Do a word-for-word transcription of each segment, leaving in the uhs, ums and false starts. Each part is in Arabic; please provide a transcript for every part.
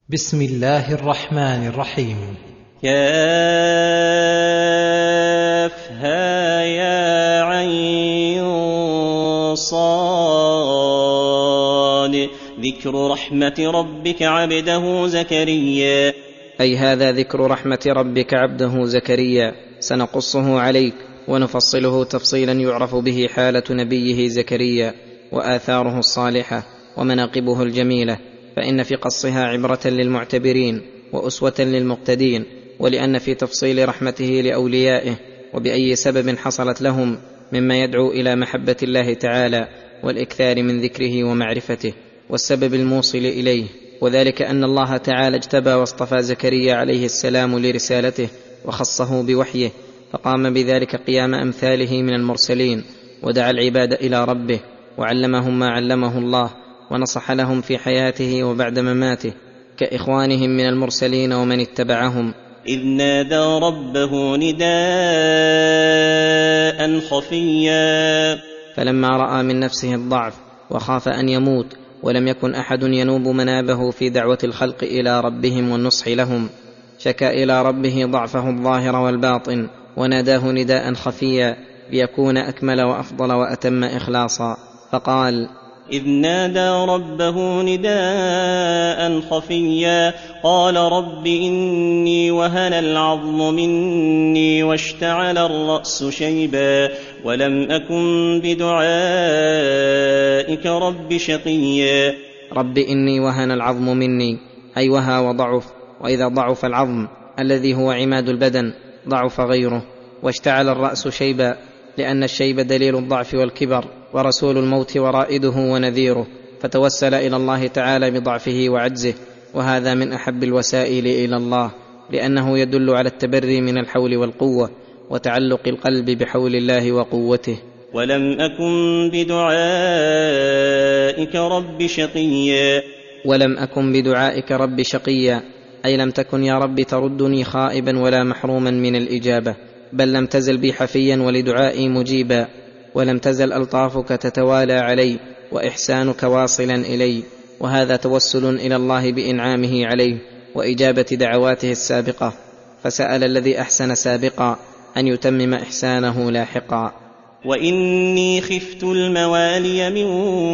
بسم الله الرحمن الرحيم. كافها يا عين صاد ذكر رحمة ربك عبده زكريا. أي هذا ذكر رحمة ربك عبده زكريا، سنقصه عليك ونفصله تفصيلا يعرف به حالة نبيه زكريا وآثاره الصالحة ومناقبه الجميلة، فإن في قصها عبرة للمعتبرين وأسوة للمقتدين، ولأن في تفصيل رحمته لأوليائه وبأي سبب حصلت لهم مما يدعو إلى محبة الله تعالى والإكثار من ذكره ومعرفته، والسبب الموصل إليه، وذلك أن الله تعالى اجتبى واصطفى زكريا عليه السلام لرسالته وخصه بوحيه، فقام بذلك قيام أمثاله من المرسلين، ودعا العباد إلى ربه وعلمهم ما علمه الله، ونصح لهم في حياته وبعد مماته كإخوانهم من المرسلين ومن اتبعهم. إذ نادى ربه نداء خفيا، فلما رأى من نفسه الضعف وخاف أن يموت ولم يكن أحد ينوب منابه في دعوة الخلق إلى ربهم والنصح لهم، شكا إلى ربه ضعفه الظاهر والباطن وناداه نداء خفيا ليكون أكمل وأفضل وأتم إخلاصا، فقال: إذ نادى ربه نداء خفيا قال رب إني وهن العظم مني واشتعل الرأس شيبا ولم أكن بدعائك رب شقيا. رب إني وهن العظم مني، أي وهى وضعف، وإذا ضعف العظم الذي هو عماد البدن ضعف غيره، واشتعل الرأس شيبا، لأن الشيب دليل الضعف والكبر، ورسول الموت ورائده ونذيره، فتوسل إلى الله تعالى بضعفه وعجزه، وهذا من أحب الوسائل إلى الله، لأنه يدل على التبري من الحول والقوة وتعلق القلب بحول الله وقوته. ولم أكن بدعائك رب شقيا. ولم أكن بدعائك رب شقيا، أي لم تكن يا رب تردني خائبا ولا محروما من الإجابة، بل لم تزل بي حفيا ولدعائي مجيبا، ولم تزل ألطافك تتوالى علي وإحسانك واصلا إلي، وهذا توسل إلى الله بإنعامه عليه وإجابة دعواته السابقة، فسأل الذي أحسن سابقا أن يتمم إحسانه لاحقا. وإني خفت الموالي من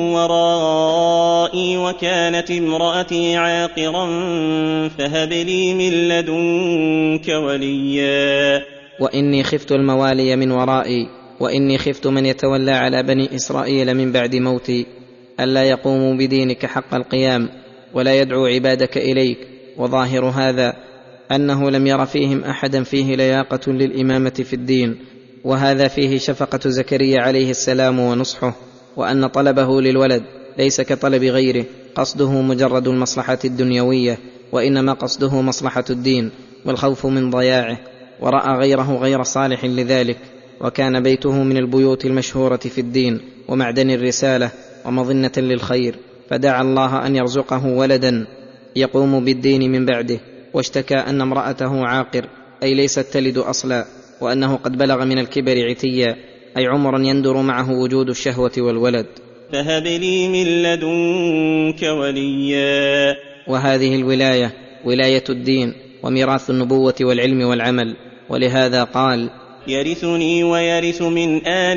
ورائي وكانت امرأتي عاقرا فهب لي من لدنك وليا. وإني خفت الموالي من ورائي، وإني خفت من يتولى على بني إسرائيل من بعد موتي ألا يقوموا بدينك حق القيام ولا يدعو عبادك إليك، وظاهر هذا أنه لم ير فيهم أحدا فيه لياقة للإمامة في الدين، وهذا فيه شفقة زكريا عليه السلام ونصحه، وأن طلبه للولد ليس كطلب غيره قصده مجرد المصلحة الدنيوية، وإنما قصده مصلحة الدين والخوف من ضياعه، ورأى غيره غير صالح لذلك، وكان بيته من البيوت المشهورة في الدين ومعدن الرسالة ومظنة للخير، فدعا الله أن يرزقه ولدا يقوم بالدين من بعده، واشتكى أن امرأته عاقر، أي ليست تلد أصلا، وأنه قد بلغ من الكبر عتيا، أي عمرا يندر معه وجود الشهوة والولد. فهب لي من لدنك وليا. وهذه الولاية ولاية الدين وميراث النبوة والعلم والعمل، ولهذا قال: يرثني ويرث من آل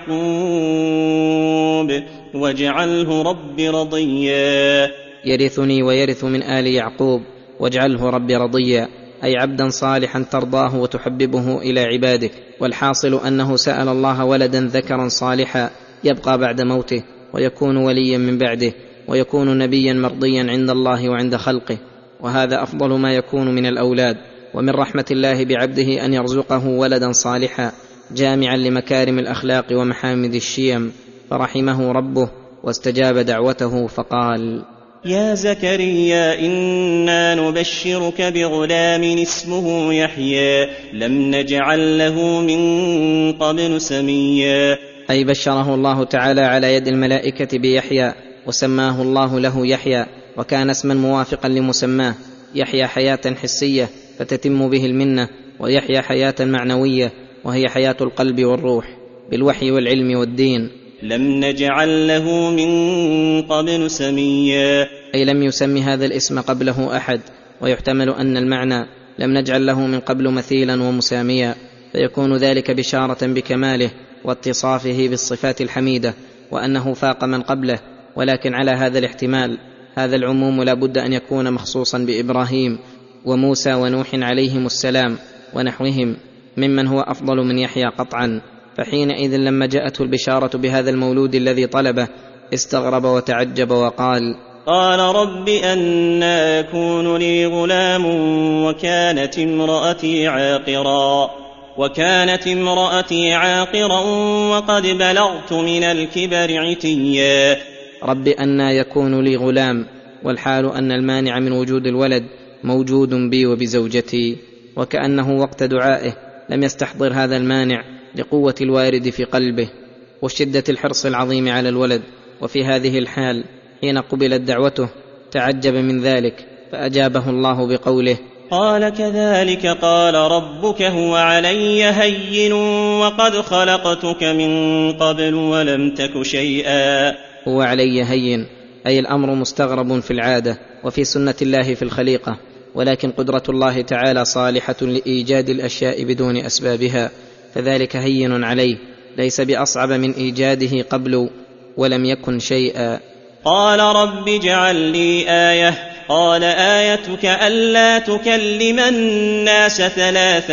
يعقوب واجعله رب رضيا. يرثني ويرث من آل يعقوب واجعله رب رضيا، أي عبدا صالحا ترضاه وتحببه إلى عبادك، والحاصل أنه سأل الله ولدا ذكرا صالحا يبقى بعد موته ويكون وليا من بعده ويكون نبيا مرضيا عند الله وعند خلقه، وهذا أفضل ما يكون من الأولاد، ومن رحمة الله بعبده أن يرزقه ولدا صالحا جامعا لمكارم الأخلاق ومحامد الشيم، فرحمه ربه واستجاب دعوته فقال: يا زكريا إنا نبشرك بغلام اسمه يحيى لم نجعل له من قبل سميا. أي بشره الله تعالى على يد الملائكة بيحيى، وسماه الله له يحيى، وكان اسما موافقا لمسماه، يحيى حياة حسية فتتم به المنة، ويحيى حياة معنوية وهي حياة القلب والروح بالوحي والعلم والدين. لم نجعل له من قبل سميا. أي لم يسم هذا الاسم قبله أحد، ويحتمل أن المعنى لم نجعل له من قبل مثيلا ومساميا، فيكون ذلك بشارة بكماله واتصافه بالصفات الحميدة، وأنه فاق من قبله. ولكن على هذا الاحتمال هذا العموم لا بد أن يكون مخصوصا بإبراهيم وموسى ونوح عليهم السلام ونحوهم ممن هو أفضل من يحيى قطعا. فحينئذ لما جاءته البشارة بهذا المولود الذي طلبه استغرب وتعجب وقال: قال رب أنى يكون لي غلام وكانت امرأتي عاقرا وكانت امرأتي عاقرا وقد بلغت من الكبر عتيا. رب أنى يكون لي غلام، والحال أن المانع من وجود الولد موجود بي وبزوجتي، وكأنه وقت دعائه لم يستحضر هذا المانع لقوة الوارد في قلبه وشدة الحرص العظيم على الولد. وفي هذه الحال حين قبلت دعوته تعجب من ذلك، فأجابه الله بقوله: قال كذلك قال ربك هو علي هين وقد خلقتك من قبل ولم تك شيئا. هو علي هين أي الأمر مستغرب في العادة وفي سنة الله في الخليقة، ولكن قدرة الله تعالى صالحة لإيجاد الأشياء بدون أسبابها، فذلك هين عليه، ليس بأصعب من إيجاده قبل ولم يكن شيئا. قال رب اجعل لي آية. قال آيتك ألا تكلم الناس ثلاث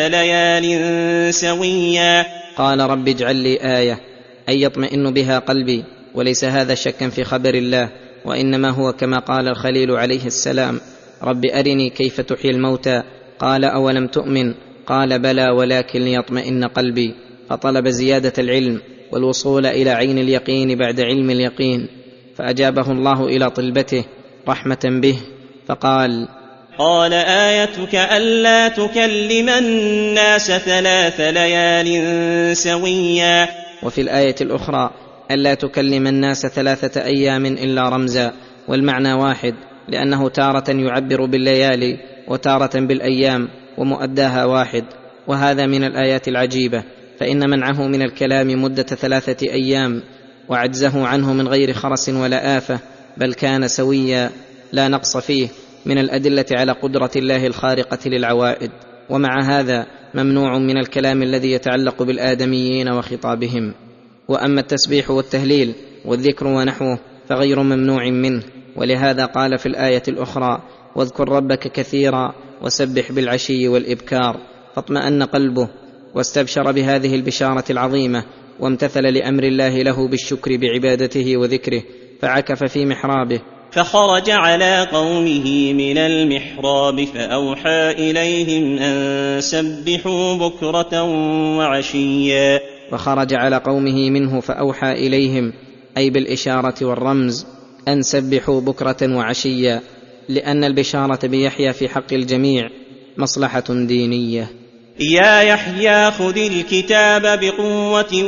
ليال سويا. قال رب اجعل لي آية أي يطمئن بها قلبي، وليس هذا شكا في خبر الله، وإنما هو كما قال الخليل عليه السلام: رب أرني كيف تحيي الموتى. قال أولم تؤمن؟ قال بلى ولكن ليطمئن قلبي. فطلب زيادة العلم والوصول إلى عين اليقين بعد علم اليقين، فأجابه الله إلى طلبته رحمة به فقال: قال آيتك ألا تكلم الناس ثلاث ليال سويا. وفي الآية الأخرى ألا تكلم الناس ثلاثة أيام إلا رمزا، والمعنى واحد، لأنه تارة يعبر بالليالي وتارة بالأيام، ومؤداها واحد. وهذا من الآيات العجيبة، فإن منعه من الكلام مدة ثلاثة أيام وعجزه عنه من غير خرس ولا آفة، بل كان سويا لا نقص فيه، من الأدلة على قدرة الله الخارقة للعوائد. ومع هذا ممنوع من الكلام الذي يتعلق بالآدميين وخطابهم. وأما التسبيح والتهليل والذكر ونحوه فغير ممنوع منه، ولهذا قال في الآية الأخرى: واذكر ربك كثيرا وسبح بالعشي والإبكار. فاطمأن قلبه واستبشر بهذه البشارة العظيمة، وامتثل لأمر الله له بالشكر بعبادته وذكره، فعكف في محرابه. فخرج على قومه من المحراب فأوحى إليهم أن سبحوا بكرة وعشيا. وخرج على قومه منه فأوحى إليهم أي بالإشارة والرمز أن سبحوا بكرة وعشيا، لأن البشارة بيحيى في حق الجميع مصلحة دينية. يا يحيى خذ الكتاب بقوة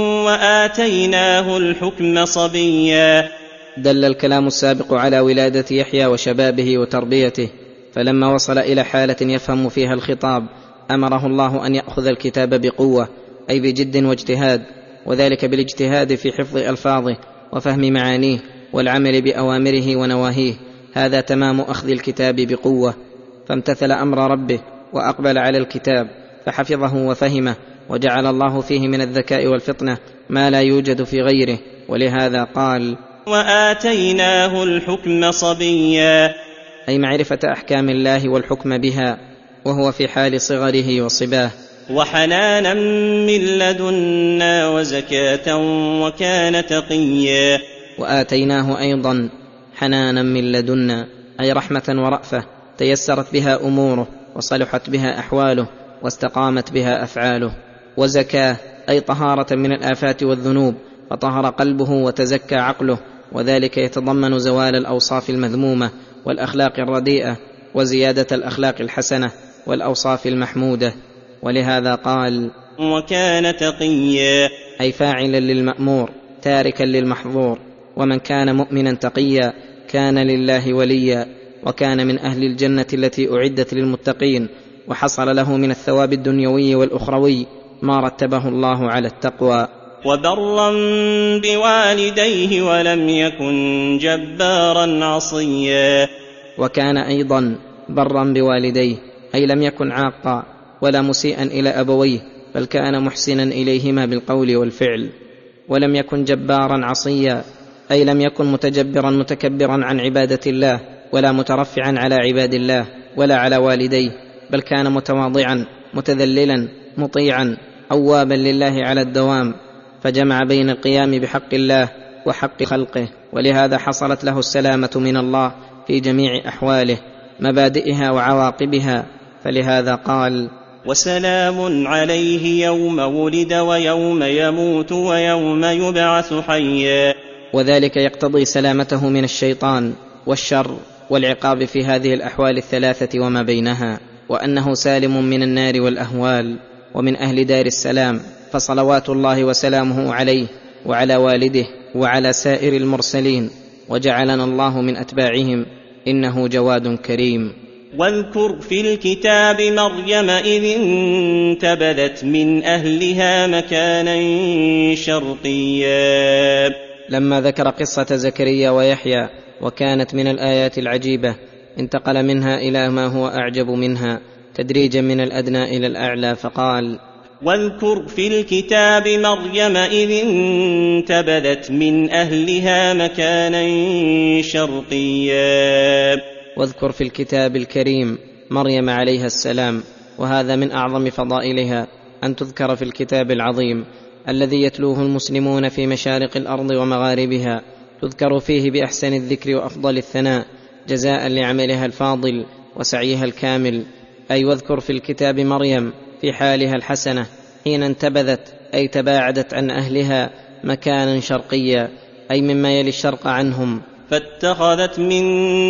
وآتيناه الحكم صبيا. دل الكلام السابق على ولادة يحيى وشبابه وتربيته، فلما وصل إلى حالة يفهم فيها الخطاب أمره الله أن يأخذ الكتاب بقوة، أي بجد واجتهاد، وذلك بالاجتهاد في حفظ ألفاظه وفهم معانيه والعمل بأوامره ونواهيه. هذا تمام أخذ الكتاب بقوة. فامتثل أمر ربه وأقبل على الكتاب فحفظه وفهمه، وجعل الله فيه من الذكاء والفطنة ما لا يوجد في غيره، ولهذا قال: وآتيناه الحكم صبيا، أي معرفة أحكام الله والحكم بها وهو في حال صغره وصباه. وحنانا من لدنا وزكاة وكان تقيا. وآتيناه أيضا حنانا من لدنا أي رحمة ورأفة تيسرت بها أموره وصلحت بها أحواله واستقامت بها أفعاله. وزكاة أي طهارة من الآفات والذنوب، فطهر قلبه وتزكى عقله، وذلك يتضمن زوال الأوصاف المذمومة والأخلاق الرديئة وزيادة الأخلاق الحسنة والأوصاف المحمودة. ولهذا قال: وكان تقيا، أي فاعلا للمأمور تاركا للمحظور. ومن كان مؤمنا تقيا كان لله وليا، وكان من أهل الجنة التي أعدت للمتقين، وحصل له من الثواب الدنيوي والأخروي ما رتبه الله على التقوى. وبرا بوالديه ولم يكن جبارا عصيا. وكان أيضا برا بوالديه، أي لم يكن عاقا ولا مسيئا إلى أبويه، بل كان محسنا إليهما بالقول والفعل. ولم يكن جبارا عصيا، أي لم يكن متجبرا متكبرا عن عبادة الله، ولا مترفعا على عباد الله ولا على والديه، بل كان متواضعا متذللا مطيعا أوابا لله على الدوام، فجمع بين القيام بحق الله وحق خلقه، ولهذا حصلت له السلامة من الله في جميع أحواله مبادئها وعواقبها، فلهذا قال: وسلام عليه يوم ولد ويوم يموت ويوم يبعث حيا. وذلك يقتضي سلامته من الشيطان والشر والعقاب في هذه الأحوال الثلاثة وما بينها، وأنه سالم من النار والأهوال ومن أهل دار السلام، فصلوات الله وسلامه عليه وعلى والده وعلى سائر المرسلين، وجعلنا الله من أتباعهم، إنه جواد كريم. واذكر في الكتاب مريم إذ انتبذت من أهلها مكانا شرقيا. لما ذكر قصة زكريا ويحيى وكانت من الآيات العجيبة، انتقل منها إلى ما هو أعجب منها تدريجا من الأدنى إلى الأعلى، فقال: واذكر في الكتاب مريم إذ انتبذت من أهلها مكانا شرقيا. واذكر في الكتاب الكريم مريم عليها السلام، وهذا من أعظم فضائلها أن تذكر في الكتاب العظيم الذي يتلوه المسلمون في مشارق الأرض ومغاربها، تذكر فيه بأحسن الذكر وأفضل الثناء جزاء لعملها الفاضل وسعيها الكامل. أي واذكر في الكتاب مريم في حالها الحسنة حين انتبذت، أي تباعدت عن أهلها مكانا شرقيا، أي مما يلي الشرق عنهم، فاتخذت من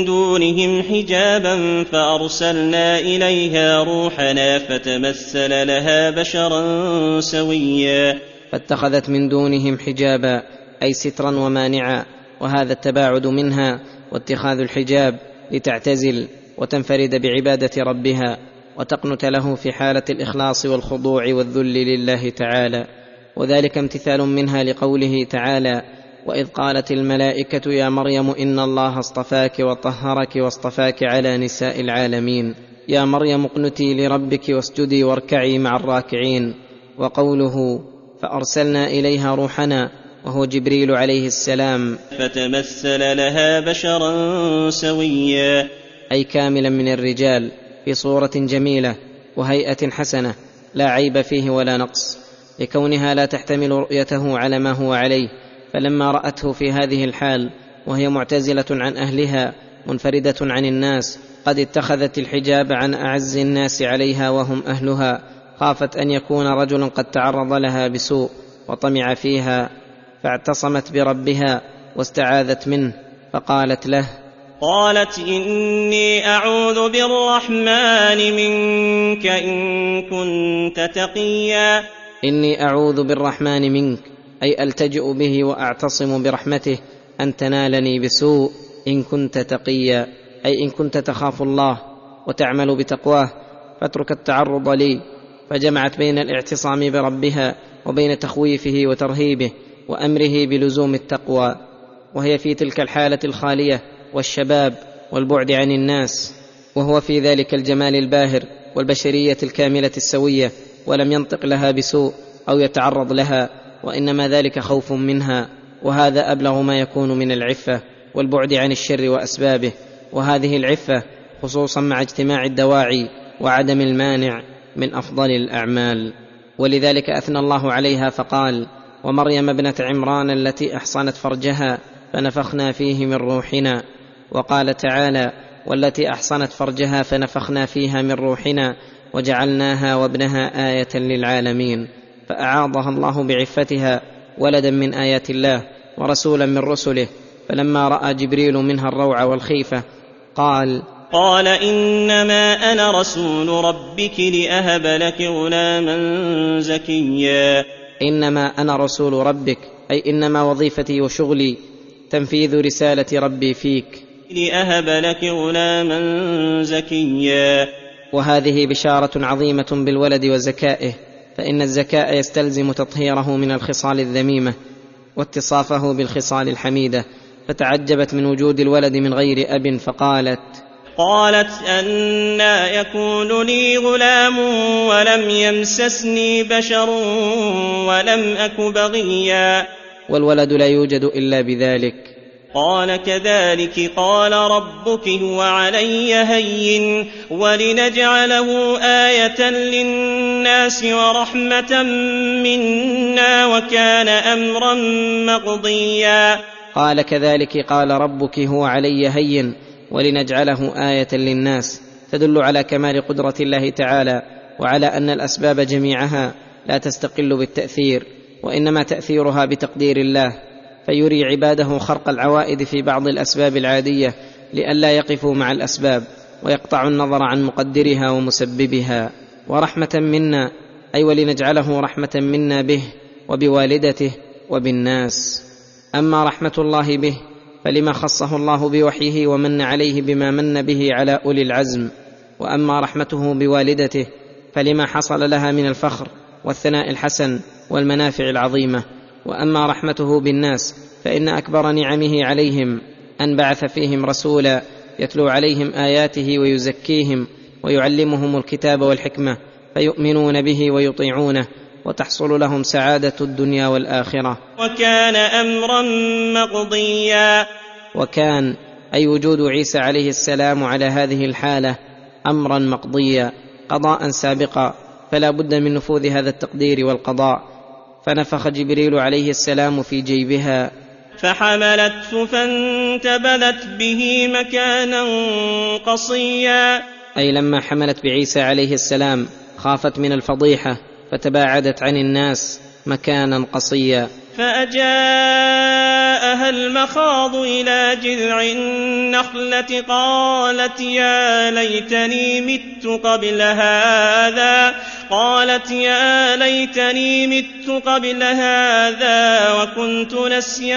دونهم حجابا فأرسلنا إليها روحنا فتمثل لها بشرا سويا. فاتخذت من دونهم حجابا، أي سترا ومانعا، وهذا التباعد منها واتخاذ الحجاب لتعتزل وتنفرد بعبادة ربها وتقنت له في حالة الإخلاص والخضوع والذل لله تعالى. وذلك امتثال منها لقوله تعالى: وإذ قالت الملائكة يا مريم إن الله اصطفاك وطهرك واصطفاك على نساء العالمين، يا مريم اقنتي لربك واسجدي واركعي مع الراكعين. وقوله فأرسلنا إليها روحنا، وهو جبريل عليه السلام، فتمثل لها بشرا سويا، أي كاملا من الرجال في صورة جميلة وهيئة حسنة لا عيب فيه ولا نقص، لكونها لا تحتمل رؤيته على ما هو عليه. فلما رأته في هذه الحال وهي معتزلة عن أهلها منفردة عن الناس، قد اتخذت الحجاب عن أعز الناس عليها وهم أهلها، خافت أن يكون رجل قد تعرض لها بسوء وطمع فيها، فاعتصمت بربها واستعاذت منه، فقالت له: قالت إني أعوذ بالرحمن منك إن كنت تقيا. إني أعوذ بالرحمن منك، أي ألتجئ به وأعتصم برحمته أن تنالني بسوء إن كنت تقيا، أي إن كنت تخاف الله وتعمل بتقواه فاترك التعرض لي. فجمعت بين الاعتصام بربها وبين تخويفه وترهيبه وأمره بلزوم التقوى، وهي في تلك الحالة الخالية والشباب والبعد عن الناس، وهو في ذلك الجمال الباهر والبشرية الكاملة السوية، ولم ينطق لها بسوء أو يتعرض لها، وإنما ذلك خوف منها، وهذا أبلغ ما يكون من العفة والبعد عن الشر وأسبابه. وهذه العفة خصوصا مع اجتماع الدواعي وعدم المانع من أفضل الأعمال. ولذلك أثنى الله عليها فقال: ومريم ابنة عمران التي أحصنت فرجها فنفخنا فيه من روحنا. وقال تعالى: والتي أحصنت فرجها فنفخنا فيها من روحنا وجعلناها وابنها آية للعالمين. فأعاضها الله بعفتها ولدا من آيات الله ورسولا من رسله. فلما رأى جبريل منها الروع والخيفة قال: قال إنما أنا رسول ربك لأهب لك غلاما زكيا. إنما أنا رسول ربك، أي إنما وظيفتي وشغلي تنفيذ رسالة ربي فيك، لأهب لك غلاما زكيا. وهذه بشارة عظيمة بالولد وزكائه، فإن الزكاء يستلزم تطهيره من الخصال الذميمة واتصافه بالخصال الحميدة، فتعجبت من وجود الولد من غير أب فقالت قالت أنى يكون لي غلام ولم يمسسني بشر ولم أك بغيا، والولد لا يوجد إلا بذلك. قال كذلك قال ربك هو علي هين ولنجعله آية للناس ورحمة منا وكان أمرا مقضيا. قال كذلك قال ربك هو علي هين ولنجعله آية للناس، تدل على كمال قدرة الله تعالى وعلى أن الأسباب جميعها لا تستقل بالتأثير، وإنما تأثيرها بتقدير الله، فيري عباده خرق العوائد في بعض الأسباب العادية لئلا يقفوا مع الأسباب ويقطعوا النظر عن مقدرها ومسببها. ورحمة منا أي ولنجعله رحمة منا به وبوالدته وبالناس. أما رحمة الله به فلما خصه الله بوحيه ومن عليه بما من به على أولي العزم، وأما رحمته بوالدته فلما حصل لها من الفخر والثناء الحسن والمنافع العظيمة. وأما رحمته بالناس فإن أكبر نعمه عليهم أن بعث فيهم رسولا يتلو عليهم آياته ويزكيهم ويعلمهم الكتاب والحكمة فيؤمنون به ويطيعونه، وتحصل لهم سعادة الدنيا والآخرة. وكان أمرا مقضيا. وكان أي وجود عيسى عليه السلام على هذه الحالة أمرا مقضيا، قضاء سابقا، فلا بد من نفوذ هذا التقدير والقضاء. فنفخ جبريل عليه السلام في جيبها فحملته فانتبذت به مكانا قصيا، أي لما حملت بعيسى عليه السلام خافت من الفضيحة فتباعدت عن الناس مكانا قصيا. فأجاءها المخاض إلى جذع النخلة قالت يا ليتني مت قبل هذا قالت يا ليتني مت قبل هذا وكنت نسيا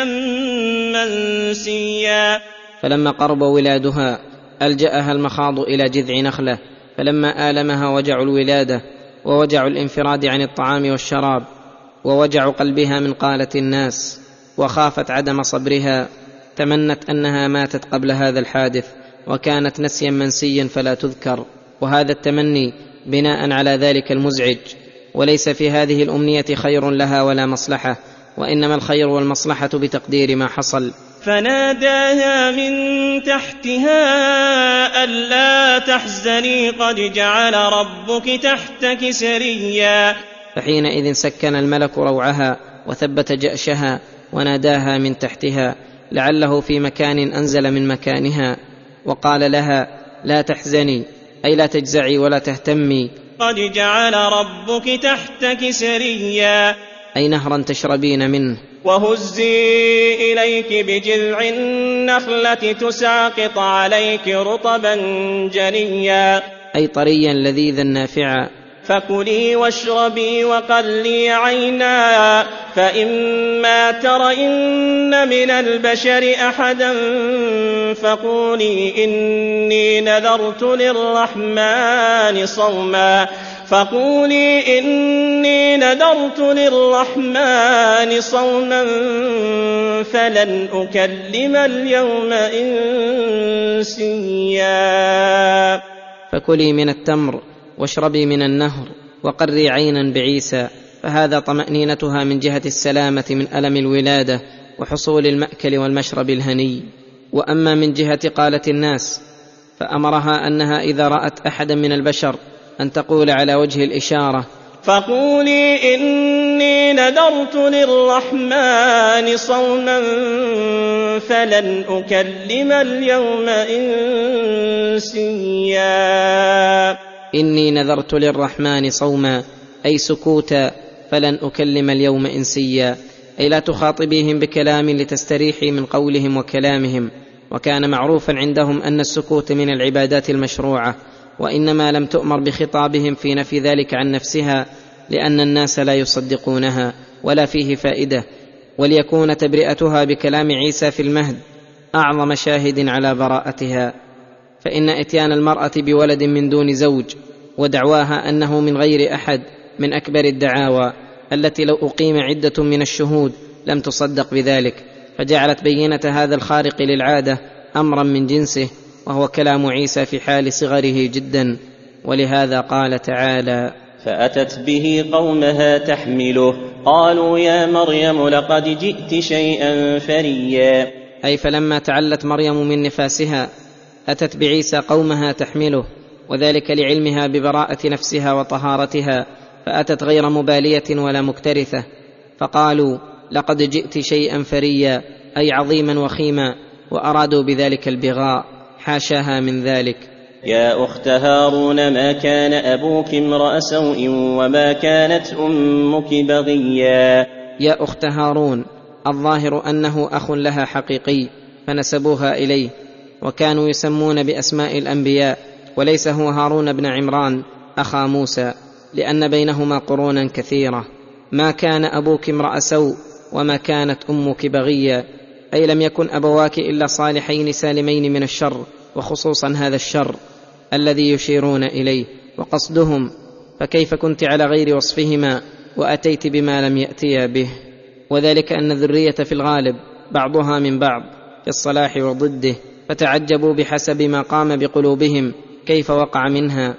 منسيا. فلما قرب ولادها ألجأها المخاض إلى جذع نخلة، فلما آلمها وجع الولادة ووجع الانفراد عن الطعام والشراب ووجع قلبها من قالة الناس وخافت عدم صبرها، تمنت أنها ماتت قبل هذا الحادث وكانت نسيا منسيا فلا تذكر. وهذا التمني بناء على ذلك المزعج، وليس في هذه الأمنية خير لها ولا مصلحة، وإنما الخير والمصلحة بتقدير ما حصل. فناداها من تحتها ألا تحزني قد جعل ربك تحتك سريا. فحينئذ سكن الملك روعها وثبت جأشها وناداها من تحتها لعله في مكان أنزل من مكانها، وقال لها لا تحزني أي لا تجزعي ولا تهتمي، قد جعل ربك تحتك سريا، أي نهرا تشربين منه. وهزي إليك بجذع النخلة تساقط عليك رطبا جنيا، أي طريا لذيذا نافعا. فكلي واشربي وقلي عينا فإما ترين من البشر أحدا فقولي إني نذرت للرحمن صوما فقولي إني نذرت للرحمن صوما فلن أكلم اليوم إنسيا. فكلي من التمر واشربي من النهر وقري عينا بعيسى، فهذا طمأنينتها من جهة السلامة من ألم الولادة وحصول المأكل والمشرب الهني. وأما من جهة قالة الناس فأمرها أنها إذا رأت أحدا من البشر أن تقول على وجه الإشارة فقولي إني نذرت للرحمن صوما فلن أكلم اليوم إنسيا. إني نذرت للرحمن صوما أي سكوتا فلن أكلم اليوم إنسيا، أي لا تخاطبيهم بكلام لتستريحي من قولهم وكلامهم. وكان معروفا عندهم أن السكوت من العبادات المشروعة، وإنما لم تؤمر بخطابهم في نفي ذلك عن نفسها لأن الناس لا يصدقونها ولا فيه فائدة، وليكون تبرئتها بكلام عيسى في المهد أعظم شاهد على براءتها. فإن إتيان المرأة بولد من دون زوج ودعواها أنه من غير أحد من اكبر الدعاوى التي لو اقيم عده من الشهود لم تصدق بذلك، فجعلت بينه هذا الخارق للعاده امرا من جنسه، وهو كلام عيسى في حال صغره جدا. ولهذا قال تعالى: فأتت به قومها تحمله قالوا يا مريم لقد جئت شيئا فريا. أي فلما تعلت مريم من نفاسها أتت بعيسى قومها تحمله، وذلك لعلمها ببراءة نفسها وطهارتها، فأتت غير مبالية ولا مكترثة، فقالوا لقد جئت شيئا فريا، أي عظيما وخيما، وأرادوا بذلك البغاء، حاشاها من ذلك. يا أخت هارون ما كان أبوك امرأ سوء وما كانت أمك بغيا. يا أخت هارون، الظاهر أنه أخ لها حقيقي فنسبوها إليه، وكانوا يسمون بأسماء الأنبياء، وليس هو هارون بن عمران أخا موسى، لأن بينهما قرونا كثيرة. ما كان أبوك امرأ سوء وما كانت أمك بغيا، أي لم يكن أبواك إلا صالحين سالمين من الشر، وخصوصا هذا الشر الذي يشيرون إليه وقصدهم، فكيف كنت على غير وصفهما وأتيت بما لم يأتيا به؟ وذلك أن الذرية في الغالب بعضها من بعض في الصلاح وضده، فتعجبوا بحسب ما قام بقلوبهم كيف وقع منها.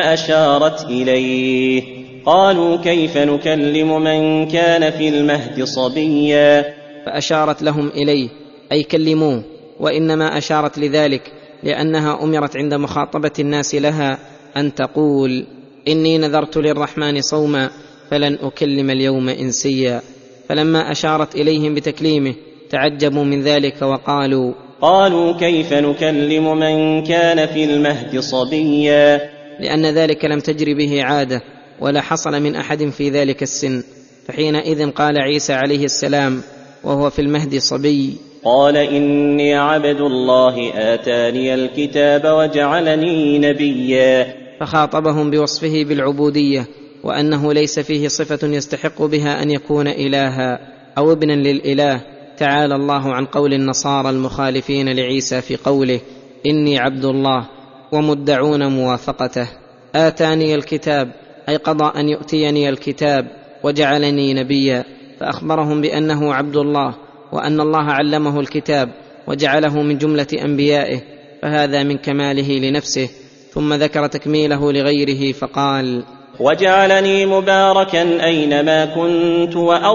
فأشارت إليه قالوا كيف نكلم من كان في المهد صبيا. فأشارت لهم إليه أي كلموه، وإنما أشارت لذلك لأنها أمرت عند مخاطبة الناس لها أن تقول إني نذرت للرحمن صوما فلن أكلم اليوم إنسيا. فلما أشارت إليهم بتكليمه تعجبوا من ذلك وقالوا قالوا كيف نكلم من كان في المهد صبيا، لأن ذلك لم تجر به عادة ولا حصل من أحد في ذلك السن. فحينئذ قال عيسى عليه السلام وهو في المهد صبي: قال إني عبد الله آتاني الكتاب وجعلني نبيا. فخاطبهم بوصفه بالعبودية، وأنه ليس فيه صفة يستحق بها أن يكون إلها أو ابنا للإله. تعالى الله عن قول النصارى المخالفين لعيسى في قوله إني عبد الله، ومدعون موافقته. آتاني الكتاب أي قضى أن يؤتيني الكتاب، وجعلني نبيا، فأخبرهم بأنه عبد الله، وأن الله علمه الكتاب وجعله من جملة أنبيائه، فهذا من كماله لنفسه. ثم ذكر تكميله لغيره فقال: وجعلني مباركا أينما كنت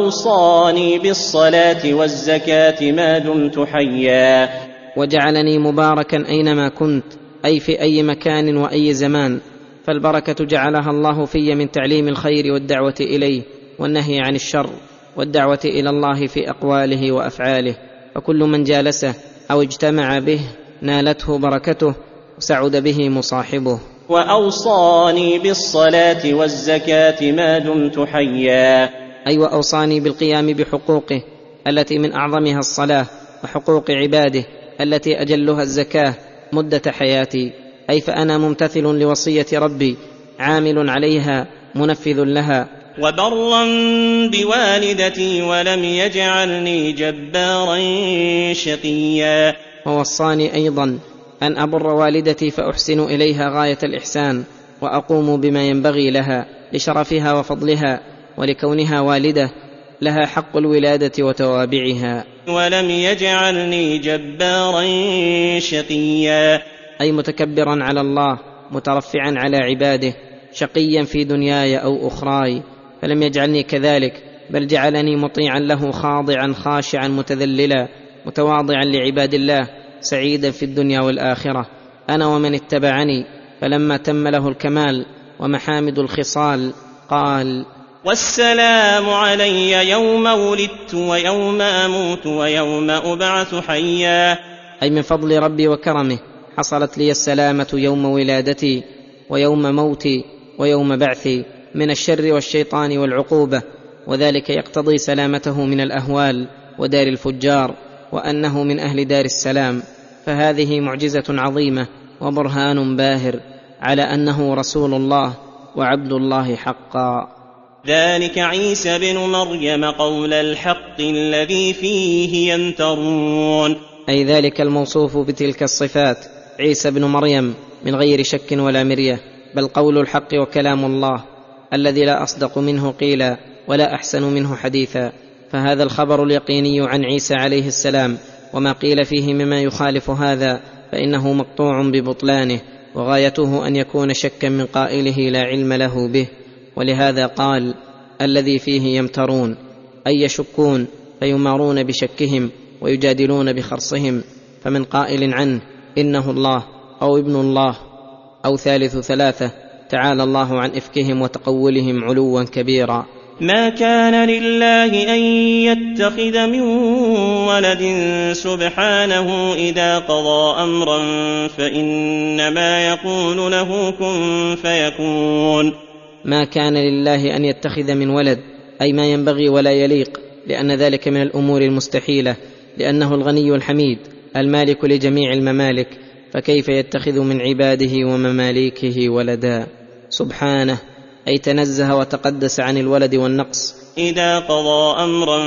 وأوصاني بالصلاة والزكاة ما دمت حيا. وجعلني مباركا أينما كنت، أي في أي مكان وأي زمان، فالبركة جعلها الله في من تعليم الخير والدعوة إليه والنهي عن الشر والدعوة إلى الله في أقواله وأفعاله، فكل من جالسه أو اجتمع به نالته بركته وسعد به مصاحبه. وأوصاني بالصلاة والزكاة ما دمت حيا، أي وأوصاني بالقيام بحقوقه التي من أعظمها الصلاة، وحقوق عباده التي أجلها الزكاة مدة حياتي، أي فأنا ممتثل لوصية ربي عامل عليها منفذ لها. وبرا بوالدتي ولم يجعلني جبارا شقيا. ووصاني أيضا أن أبر والدتي فأحسن إليها غاية الإحسان، وأقوم بما ينبغي لها لشرفها وفضلها، ولكونها والدة لها حق الولادة وتوابعها. ولم يجعلني جبارا شقيا، أي متكبرا على الله مترفعا على عباده، شقيا في دنياي أو أخراي، فلم يجعلني كذلك، بل جعلني مطيعا له خاضعا خاشعا متذللا متواضعا لعباد الله، سعيدا في الدنيا والآخرة، أنا ومن اتبعني. فلما تم له الكمال ومحامد الخصال قال: والسلام علي يوم ولدت ويوم أموت ويوم أبعث حيا. أي من فضل ربي وكرمه حصلت لي السلامة يوم ولادتي ويوم موتي ويوم بعثي من الشر والشيطان والعقوبة، وذلك يقتضي سلامته من الأهوال ودار الفجار، وأنه من أهل دار السلام. فهذه معجزة عظيمة وبرهان باهر على أنه رسول الله وعبد الله حقا. ذلك عيسى بن مريم قول الحق الذي فيه يمترون، أي ذلك الموصوف بتلك الصفات عيسى بن مريم من غير شك ولا مرية، بل قول الحق وكلام الله، الذي لا أصدق منه قيلا ولا أحسن منه حديثا. فهذا الخبر اليقيني عن عيسى عليه السلام، وما قيل فيه مما يخالف هذا فإنه مقطوع ببطلانه، وغايته أن يكون شكا من قائله لا علم له به. ولهذا قال الذي فيه يمترون، أي يشكون فيمارون بشكهم ويجادلون بخرصهم. فمن قائل عنه إنه الله أو ابن الله أو ثالث ثلاثة، تعالى الله عن إفكهم وتقولهم علوا كبيرا. ما كان لله أن يتخذ من ولد سبحانه، إذا قضى أمرا فإنما يقول له كن فيكون. ما كان لله أن يتخذ من ولد، أي ما ينبغي ولا يليق، لأن ذلك من الأمور المستحيلة، لأنه الغني الحميد المالك لجميع الممالك، فكيف يتخذ من عباده ومماليكه ولدا؟ سبحانه، أي تنزه وتقدس عن الولد والنقص. إذا قضى أمرا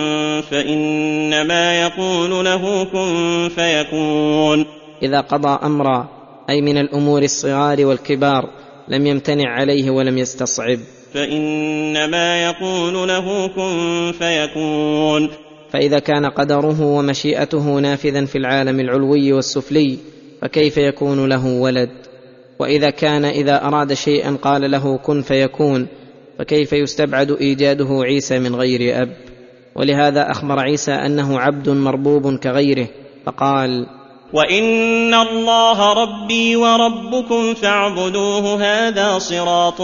فإنما يقول له كن فيكون. إذا قضى أمرا أي من الأمور الصغار والكبار لم يمتنع عليه ولم يستصعب، فإنما يقول له كن فيكون. فإذا كان قدره ومشيئته نافذا في العالم العلوي والسفلي فكيف يكون له ولد؟ وإذا كان إذا أراد شيئا قال له كن فيكون، فكيف يستبعد إيجاده عيسى من غير أب؟ ولهذا أخبر عيسى أنه عبد مربوب كغيره، فقال وإن الله ربي وربكم فاعبدوه هذا صراط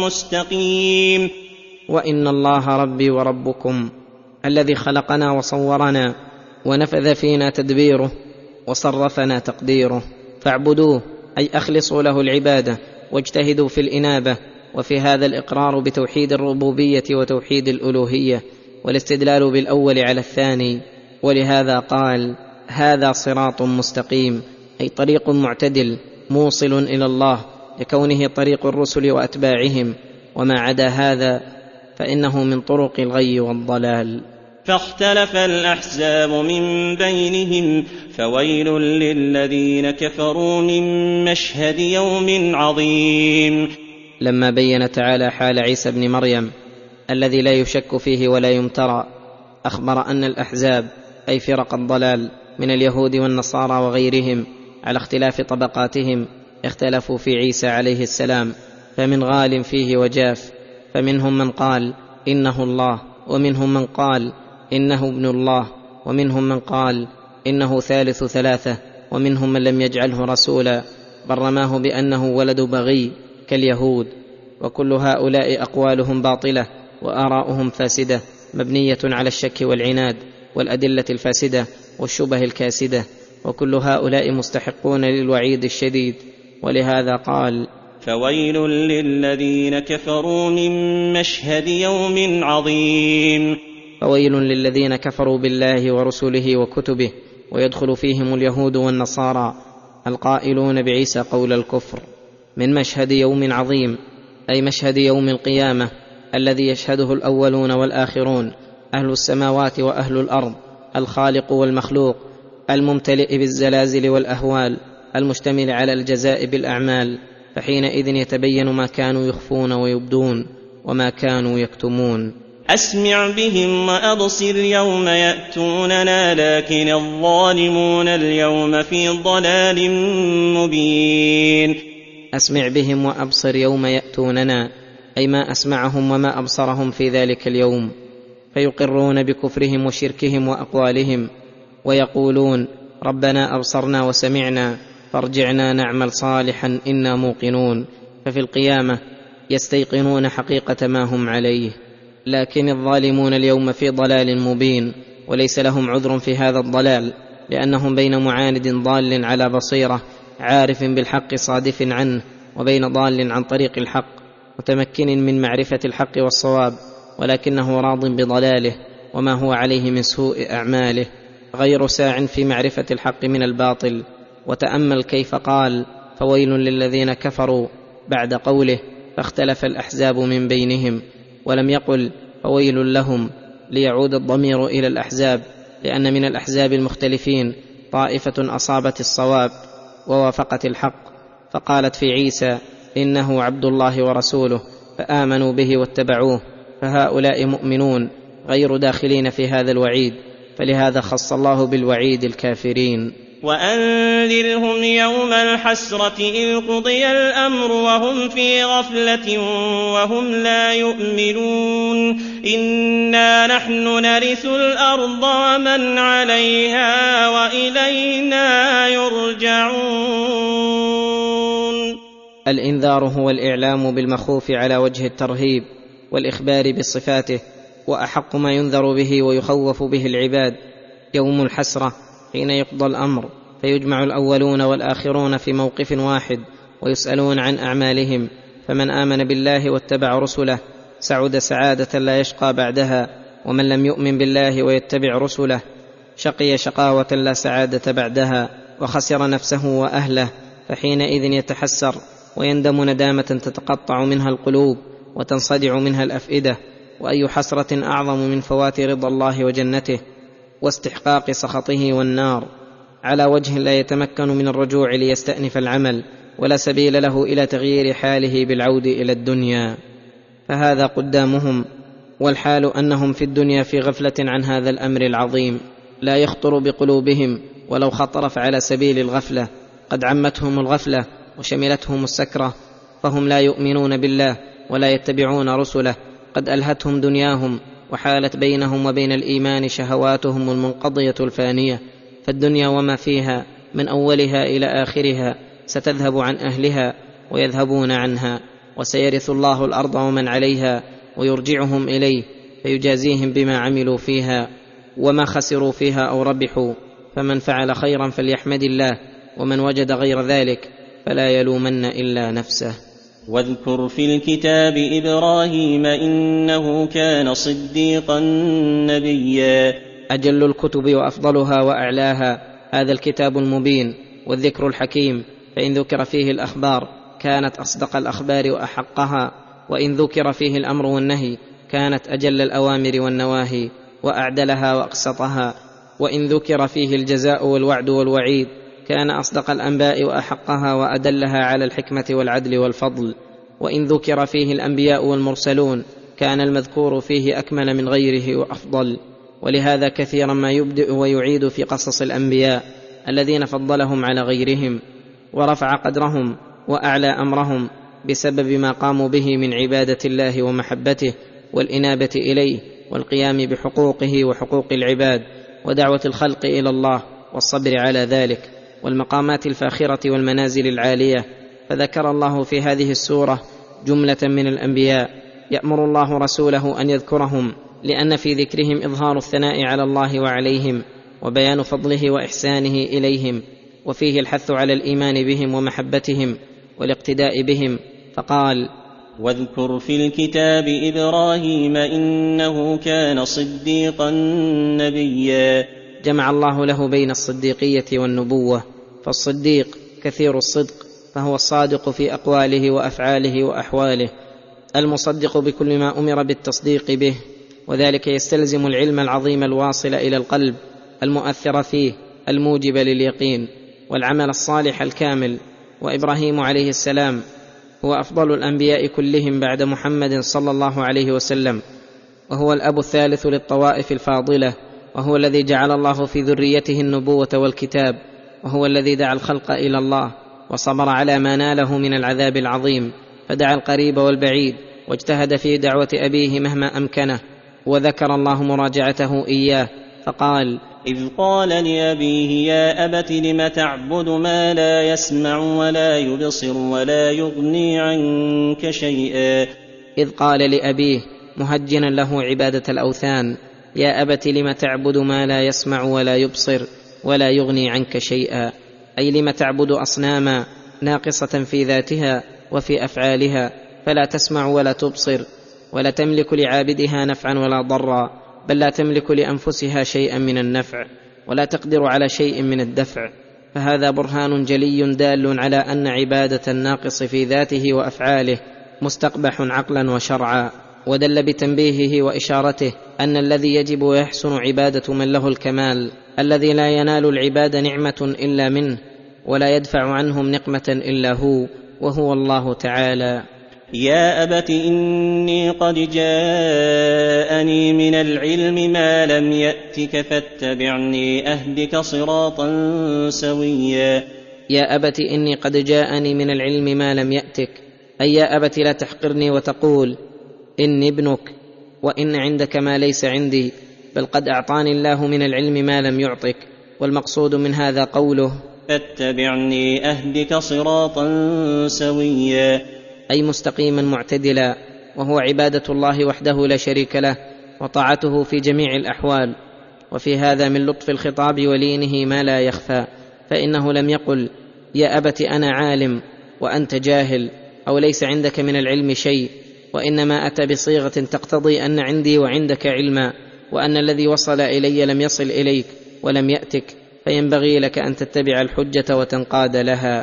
مستقيم. وإن الله ربي وربكم، الذي خلقنا وصورنا ونفذ فينا تدبيره وصرفنا تقديره، فاعبدوه أي أخلصوا له العبادة واجتهدوا في الإنابة. وفي هذا الإقرار بتوحيد الربوبية وتوحيد الألوهية، والاستدلال بالأول على الثاني. ولهذا قال هذا صراط مستقيم، أي طريق معتدل موصل إلى الله، لكونه طريق الرسل وأتباعهم، وما عدا هذا فإنه من طرق الغي والضلال. فاختلف الأحزاب من بينهم، فويل للذين كفروا من مشهد يوم عظيم. لما بين تعالى حال عيسى بن مريم الذي لا يشك فيه ولا يمترى، أخبر أن الأحزاب أي فرق الضلال من اليهود والنصارى وغيرهم على اختلاف طبقاتهم اختلفوا في عيسى عليه السلام، فمن غال فيه وجاف، فمنهم من قال إنه الله، ومنهم من قال إنه ابن الله، ومنهم من قال إنه ثالث ثلاثة، ومنهم من لم يجعله رسولا بل رماه بأنه ولد بغي كاليهود. وكل هؤلاء أقوالهم باطلة وآراؤهم فاسدة، مبنية على الشك والعناد والأدلة الفاسدة والشبه الكاسدة، وكل هؤلاء مستحقون للوعيد الشديد. ولهذا قال فويل للذين كفروا من مشهد يوم عظيم. فويل للذين كفروا بالله ورسله وكتبه، ويدخل فيهم اليهود والنصارى القائلون بعيسى قول الكفر، من مشهد يوم عظيم، أي مشهد يوم القيامة الذي يشهده الأولون والآخرون، أهل السماوات وأهل الأرض، الخالق والمخلوق، الممتلئ بالزلازل والأهوال، المشتمل على الجزاء بالأعمال. فحينئذ يتبين ما كانوا يخفون ويبدون وما كانوا يكتمون. أسمع بهم وأبصر يوم يأتوننا، لكن الظالمون اليوم في ضلال مبين. أسمع بهم وأبصر يوم يأتوننا، أي ما أسمعهم وما أبصرهم في ذلك اليوم، فيقرون بكفرهم وشركهم وأقوالهم، ويقولون ربنا أبصرنا وسمعنا فارجعنا نعمل صالحا إنا موقنون. ففي القيامة يستيقنون حقيقة ما هم عليه. لكن الظالمون اليوم في ضلال مبين، وليس لهم عذر في هذا الضلال، لأنهم بين معاند ضال على بصيرة عارف بالحق صادف عنه، وبين ضال عن طريق الحق متمكن من معرفة الحق والصواب، ولكنه راض بضلاله وما هو عليه من سوء أعماله، غير ساع في معرفة الحق من الباطل. وتأمل كيف قال فويل للذين كفروا بعد قوله فاختلف الأحزاب من بينهم، ولم يقل فويل لهم ليعود الضمير إلى الأحزاب، لأن من الأحزاب المختلفين طائفة أصابت الصواب ووافقت الحق، فقالت في عيسى إنه عبد الله ورسوله، فآمنوا به واتبعوه، فهؤلاء مؤمنون غير داخلين في هذا الوعيد، فلهذا خص الله بالوعيد الكافرين. وأنذرهم يوم الحسرة إذ قضي الأمر وهم في غفلة وهم لا يؤمنون إنا نحن نرث الأرض ومن عليها وإلينا يرجعون. الإنذار هو الإعلام بالمخوف على وجه الترهيب والإخبار بصفاته، وأحق ما ينذر به ويخوف به العباد يوم الحسرة حين يقضى الأمر، فيجمع الأولون والآخرون في موقف واحد ويسألون عن أعمالهم، فمن آمن بالله واتبع رسله سعد سعادة لا يشقى بعدها، ومن لم يؤمن بالله ويتبع رسله شقي شقاوة لا سعادة بعدها، وخسر نفسه وأهله، فحينئذ يتحسر ويندم ندامة تتقطع منها القلوب وتنصدع منها الأفئدة. وأي حسرة أعظم من فوات رضا الله وجنته واستحقاق سخطه والنار، على وجه لا يتمكن من الرجوع ليستأنف العمل، ولا سبيل له إلى تغيير حاله بالعود إلى الدنيا. فهذا قدامهم، والحال أنهم في الدنيا في غفلة عن هذا الأمر العظيم، لا يخطر بقلوبهم، ولو خطر فعلى سبيل الغفلة، قد عمتهم الغفلة وشملتهم السكرة، فهم لا يؤمنون بالله ولا يتبعون رسله، قد ألهتهم دنياهم وحالت بينهم وبين الإيمان شهواتهم المنقضية الفانية، فالدنيا وما فيها من أولها إلى آخرها ستذهب عن أهلها ويذهبون عنها، وسيرث الله الأرض ومن عليها ويرجعهم إليه فيجازيهم بما عملوا فيها وما خسروا فيها أو ربحوا، فمن فعل خيرا فليحمد الله، ومن وجد غير ذلك فلا يلومن إلا نفسه. واذكر في الكتاب إبراهيم إنه كان صديقا نبيا. أجل الكتب وأفضلها وأعلاها هذا الكتاب المبين والذكر الحكيم، فإن ذكر فيه الأخبار كانت أصدق الأخبار وأحقها، وإن ذكر فيه الأمر والنهي كانت أجل الأوامر والنواهي وأعدلها وأقسطها، وإن ذكر فيه الجزاء والوعد والوعيد كان أصدق الأنباء وأحقها وأدلها على الحكمة والعدل والفضل، وإن ذكر فيه الأنبياء والمرسلون كان المذكور فيه أكمل من غيره وأفضل. ولهذا كثيرا ما يبدئ ويعيد في قصص الأنبياء الذين فضلهم على غيرهم ورفع قدرهم وأعلى أمرهم بسبب ما قاموا به من عبادة الله ومحبته والإنابة إليه والقيام بحقوقه وحقوق العباد ودعوة الخلق إلى الله والصبر على ذلك، والمقامات الفاخرة والمنازل العالية. فذكر الله في هذه السورة جملة من الأنبياء يأمر الله رسوله أن يذكرهم، لأن في ذكرهم إظهار الثناء على الله وعليهم وبيان فضله وإحسانه إليهم، وفيه الحث على الإيمان بهم ومحبتهم والاقتداء بهم، فقال: واذكر في الكتاب إبراهيم إنه كان صديقا نبيا. جمع الله له بين الصديقية والنبوة، فالصديق كثير الصدق، فهو الصادق في أقواله وأفعاله وأحواله، المصدق بكل ما أمر بالتصديق به، وذلك يستلزم العلم العظيم الواصل إلى القلب المؤثر فيه الموجب لليقين، والعمل الصالح الكامل. وإبراهيم عليه السلام هو أفضل الأنبياء كلهم بعد محمد صلى الله عليه وسلم، وهو الأب الثالث للطوائف الفاضلة، وهو الذي جعل الله في ذريته النبوة والكتاب، وهو الذي دعا الخلق إلى الله وصبر على ما ناله من العذاب العظيم، فدعا القريب والبعيد واجتهد في دعوة أبيه مهما أمكنه. وذكر الله مراجعته إياه فقال: إذ قال لأبيه يا أبت لم تعبد ما لا يسمع ولا يبصر ولا يغني عنك شيئا. إذ قال لأبيه مهجنا له عبادة الأوثان: يا أبت لم تعبد ما لا يسمع ولا يبصر ولا يغني عنك شيئا، أي لم تعبد أصناما ناقصة في ذاتها وفي أفعالها، فلا تسمع ولا تبصر ولا تملك لعابدها نفعا ولا ضرا، بل لا تملك لأنفسها شيئا من النفع ولا تقدر على شيء من الدفع. فهذا برهان جلي دال على أن عبادة الناقص في ذاته وأفعاله مستقبح عقلا وشرعا، ودل بتنبيهه وإشارته أن الذي يجب ويحسن عبادة من له الكمال، الذي لا ينال العباد نعمة إلا منه ولا يدفع عنهم نقمة إلا هو، وهو الله تعالى. يا أبت إني قد جاءني من العلم ما لم يأتك فاتبعني أهدك صراطا سويا. يا أبت إني قد جاءني من العلم ما لم يأتك، أي يا أبت لا تحقرني وتقول إني ابنك وإن عندك ما ليس عندي، بل قد أعطاني الله من العلم ما لم يعطك. والمقصود من هذا قوله فاتبعني أهدك صراطا سويا، أي مستقيما معتدلا، وهو عبادة الله وحده لا شريك له وطاعته في جميع الأحوال. وفي هذا من لطف الخطاب ولينه ما لا يخفى، فإنه لم يقل يا أبت أنا عالم وأنت جاهل أو ليس عندك من العلم شيء، وإنما أتى بصيغة تقتضي أن عندي وعندك علما، وأن الذي وصل إلي لم يصل إليك ولم يأتك، فينبغي لك أن تتبع الحجة وتنقاد لها.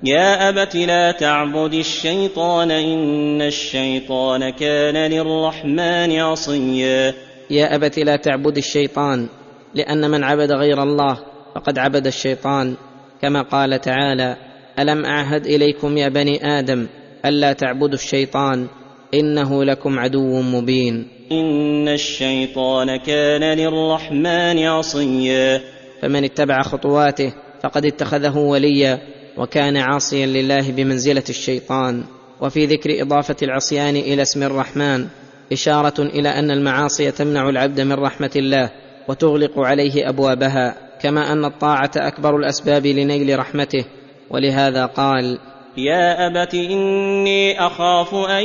يا أبت لا تعبد الشيطان إن الشيطان كان للرحمن عصيا. يا أبت لا تعبد الشيطان، لأن من عبد غير الله فقد عبد الشيطان، كما قال تعالى ألم أعهد إليكم يا بني آدم ألا تعبدوا الشيطان إنه لكم عدو مبين. إن الشيطان كان للرحمن عصيا، فمن اتبع خطواته فقد اتخذه وليا وكان عاصيا لله بمنزلة الشيطان. وفي ذكر إضافة العصيان إلى اسم الرحمن إشارة إلى أن المعاصي تمنع العبد من رحمة الله وتغلق عليه أبوابها، كما أن الطاعة أكبر الأسباب لنيل رحمته. ولهذا قال يا أبت إني أخاف أن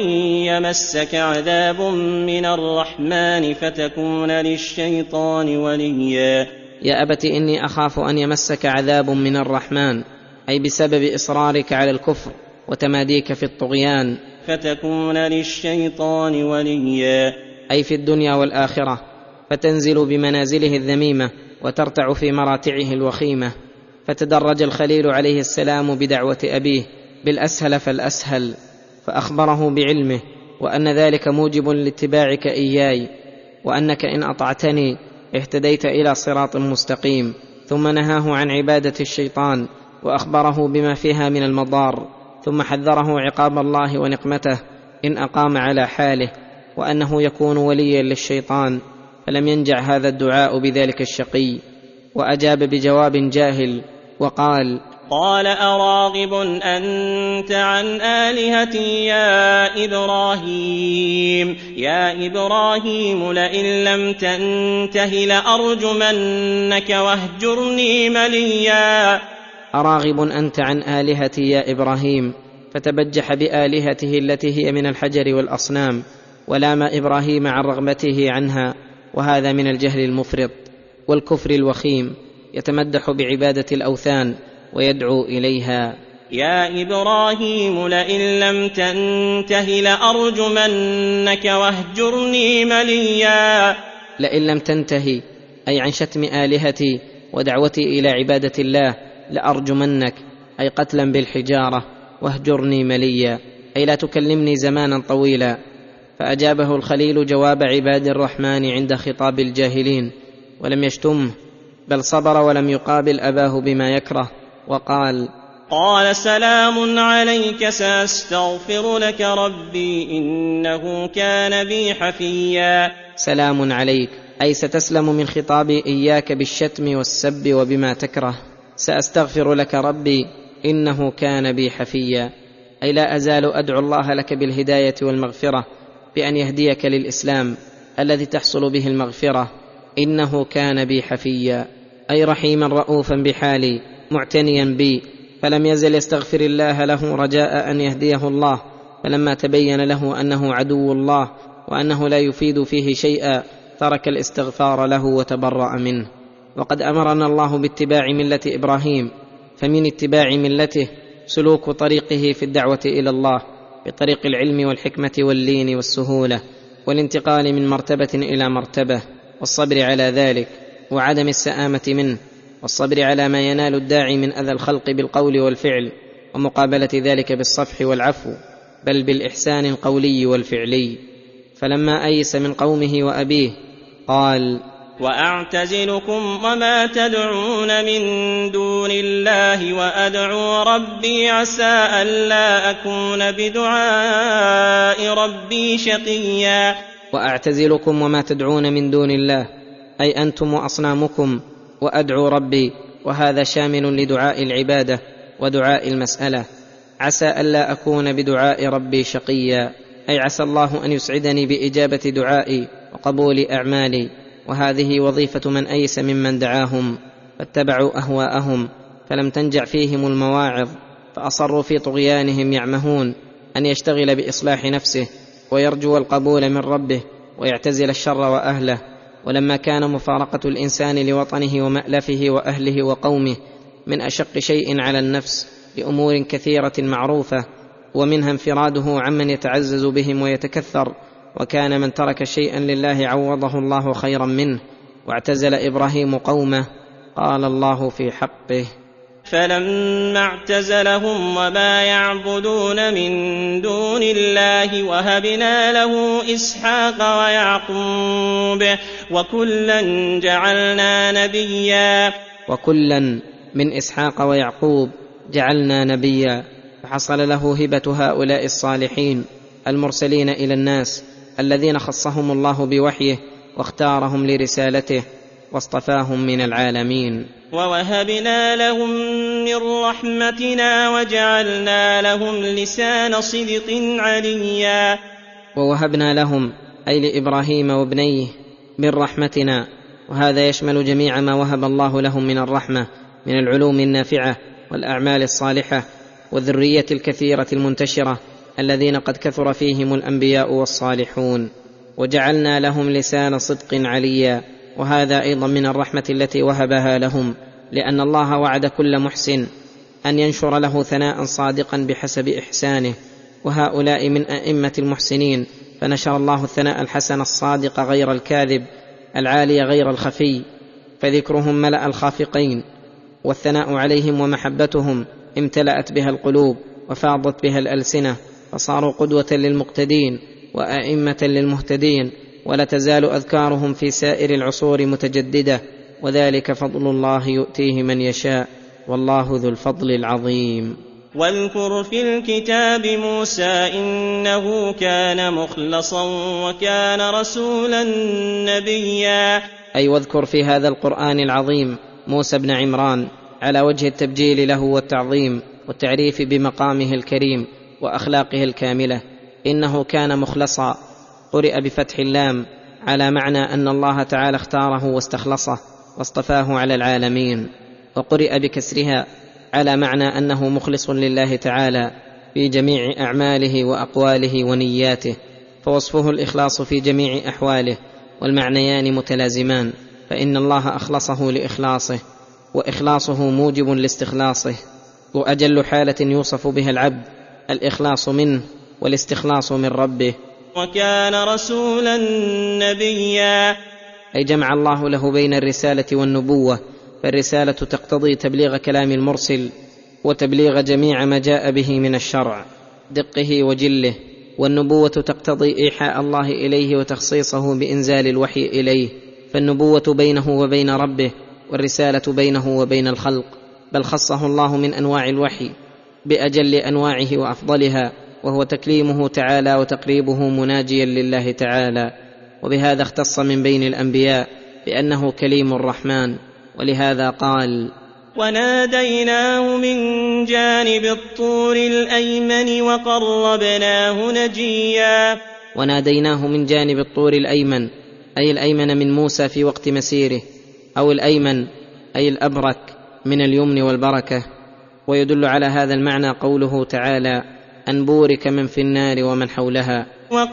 يمسك عذاب من الرحمن فتكون للشيطان وليا. يا أبت إني أخاف أن يمسك عذاب من الرحمن، أي بسبب إصرارك على الكفر وتماديك في الطغيان، فتكون للشيطان وليا، أي في الدنيا والآخرة، فتنزل بمنازله الذميمة وترتع في مراتعه الوخيمة. فتدرج الخليل عليه السلام بدعوة أبيه بالأسهل فالأسهل، فأخبره بعلمه وأن ذلك موجب لاتباعك إياي، وأنك إن أطعتني اهتديت إلى صراط مستقيم. ثم نهاه عن عبادة الشيطان وأخبره بما فيها من المضار، ثم حذره عقاب الله ونقمته إن أقام على حاله، وأنه يكون وليا للشيطان. فلم ينجع هذا الدعاء بذلك الشقي، وأجاب بجواب جاهل وقال قال أراغب أنت عن آلهتي يا إبراهيم يا إبراهيم لئن لم تنته لأرجمنك واهجرني مليا. أراغب أنت عن آلهتي يا إبراهيم، فتبجح بآلهته التي هي من الحجر والأصنام، ولام إبراهيم عن رغبته عنها، وهذا من الجهل المفرط والكفر الوخيم، يتمدح بعبادة الأوثان ويدعو إليها. يا إبراهيم لئن لم تنته لأرجمنك واهجرني مليا. لئن لم تنتهي أي عن شتم آلهتي ودعوتي إلى عبادة الله لأرجمنك، أي قتلا بالحجارة، واهجرني مليا، أي لا تكلمني زمانا طويلا. فأجابه الخليل جواب عباد الرحمن عند خطاب الجاهلين، ولم يشتمه بل صبر ولم يقابل أباه بما يكره، وقال قال سلام عليك سأستغفر لك ربي إنه كان بي حفيا. سلام عليك أي ستسلم من خطابي إياك بالشتم والسب وبما تكره. سأستغفر لك ربي إنه كان بي حفيا، أي لا أزال أدعو الله لك بالهداية والمغفرة، بأن يهديك للإسلام الذي تحصل به المغفرة. إنه كان بي حفيا أي رحيما رؤوفا بحالي معتنيا بي، فلم يزل يستغفر الله له رجاء أن يهديه الله. فلما تبين له أنه عدو الله وأنه لا يفيد فيه شيئا ترك الاستغفار له وتبرأ منه. وقد أمرنا الله باتباع ملة إبراهيم، فمن اتباع ملته سلوك طريقه في الدعوة إلى الله بطريق العلم والحكمة واللين والسهولة، والانتقال من مرتبة إلى مرتبة، والصبر على ذلك وعدم السآمة منه، والصبر على ما ينال الداعي من أذى الخلق بالقول والفعل، ومقابلة ذلك بالصفح والعفو، بل بالإحسان القولي والفعلي. فلما أيس من قومه وأبيه قال وأعتزلكم وما تدعون من دون الله وأدعو ربي عسى ألا أكون بدعاء ربي شقيا. وأعتزلكم وما تدعون من دون الله أي أنتم وأصنامكم، وأدعو ربي، وهذا شامل لدعاء العبادة ودعاء المسألة. عسى ألا أكون بدعاء ربي شقيا أي عسى الله أن يسعدني بإجابة دعائي وقبول أعمالي، وهذه وظيفة من أيس ممن دعاهم فاتبعوا أهواءهم فلم تنجع فيهم المواعظ، فأصروا في طغيانهم يعمهون أن يشتغل بإصلاح نفسه ويرجو القبول من ربه ويعتزل الشر وأهله. ولما كان مفارقة الإنسان لوطنه ومألفه وأهله وقومه من أشق شيء على النفس لأمور كثيرة معروفة، ومنها انفراده عمن يتعزز بهم ويتكثر، وكان من ترك شيئا لله عوضه الله خيرا منه، واعتزل إبراهيم قومه قال الله في حقه: فلما اعتزلهم وما يعبدون من دون الله وهبنا له إسحاق ويعقوب وكلا جعلنا نبيا. وكلا من إسحاق ويعقوب جعلنا نبيا، فحصل له هبة هؤلاء الصالحين المرسلين إلى الناس الذين خصهم الله بوحيه واختارهم لرسالته واصطفاهم من العالمين. ووهبنا لهم من رحمتنا وجعلنا لهم لسان صدق عليا. ووهبنا لهم أي لإبراهيم وابنيه من رحمتنا، وهذا يشمل جميع ما وهب الله لهم من الرحمة من العلوم النافعة والأعمال الصالحة والذرية الكثيرة المنتشرة الذين قد كثر فيهم الأنبياء والصالحون. وجعلنا لهم لسان صدق عليا، وهذا أيضا من الرحمة التي وهبها لهم، لأن الله وعد كل محسن أن ينشر له ثناء صادقا بحسب إحسانه، وهؤلاء من أئمة المحسنين، فنشر الله الثناء الحسن الصادق غير الكاذب العالي غير الخفي، فذكرهم ملأ الخافقين، والثناء عليهم ومحبتهم امتلأت بها القلوب وفاضت بها الألسنة، فصاروا قدوة للمقتدين وأئمة للمهتدين، ولا تزال أذكارهم في سائر العصور متجددة، وذلك فضل الله يؤتيه من يشاء والله ذو الفضل العظيم. واذكر في الكتاب موسى إنه كان مخلصا وكان رسولا نبيا. أي واذكر في هذا القرآن العظيم موسى بن عمران على وجه التبجيل له والتعظيم والتعريف بمقامه الكريم وأخلاقه الكاملة. إنه كان مخلصا، قرئ بفتح اللام على معنى أن الله تعالى اختاره واستخلصه واصطفاه على العالمين، وقرئ بكسرها على معنى أنه مخلص لله تعالى في جميع أعماله وأقواله ونياته، فوصفه الإخلاص في جميع أحواله، والمعنيان متلازمان، فإن الله أخلصه لإخلاصه، وإخلاصه موجب لاستخلاصه، وأجل حالة يوصف بها العبد الإخلاص منه والاستخلاص من ربه. وكان رسولا نبيا، أي جمع الله له بين الرسالة والنبوة، فالرسالة تقتضي تبليغ كلام المرسل وتبليغ جميع ما جاء به من الشرع دقه وجله، والنبوة تقتضي إيحاء الله إليه وتخصيصه بإنزال الوحي إليه، فالنبوة بينه وبين ربه، والرسالة بينه وبين الخلق، بل خصه الله من أنواع الوحي بأجل أنواعه وأفضلها، وهو تكليمه تعالى وتقريبه مناجيا لله تعالى، وبهذا اختص من بين الأنبياء بأنه كليم الرحمن، ولهذا قال: وناديناه من جانب الطور الأيمن وقربناه نجيا. وناديناه من جانب الطور الأيمن أي الأيمن من موسى في وقت مسيره، أو الأيمن أي الأبرك من اليمن والبركة. ويدل على هذا المعنى قوله تعالى: أن بورك من في النار ومن حولها.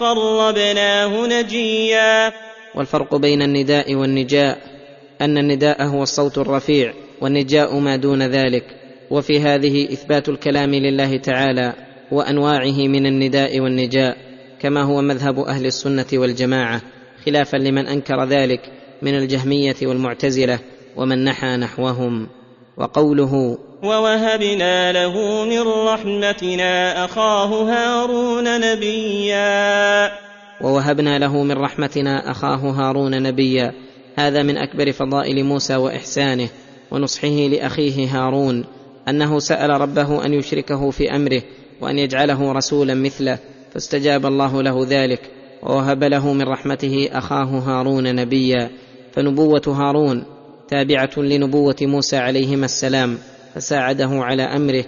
وقربناه نجيا. والفرق بين النداء والنجاء أن النداء هو الصوت الرفيع، والنجاء ما دون ذلك، وفي هذه إثبات الكلام لله تعالى وأنواعه من النداء والنجاء، كما هو مذهب أهل السنة والجماعة، خلافا لمن أنكر ذلك من الجهمية والمعتزلة ومن نحى نحوهم. وقوله: ووهبنا له من رحمتنا أخاه هارون نبيا. ووهبنا له من رحمتنا أخاه هارون نبيا، هذا من أكبر فضائل موسى وإحسانه ونصحه لأخيه هارون، أنه سأل ربه أن يشركه في أمره وأن يجعله رسولا مثله، فاستجاب الله له ذلك ووهب له من رحمته أخاه هارون نبيا. فنبوة هارون تابعة لنبوة موسى عليهما السلام، فساعده على أمره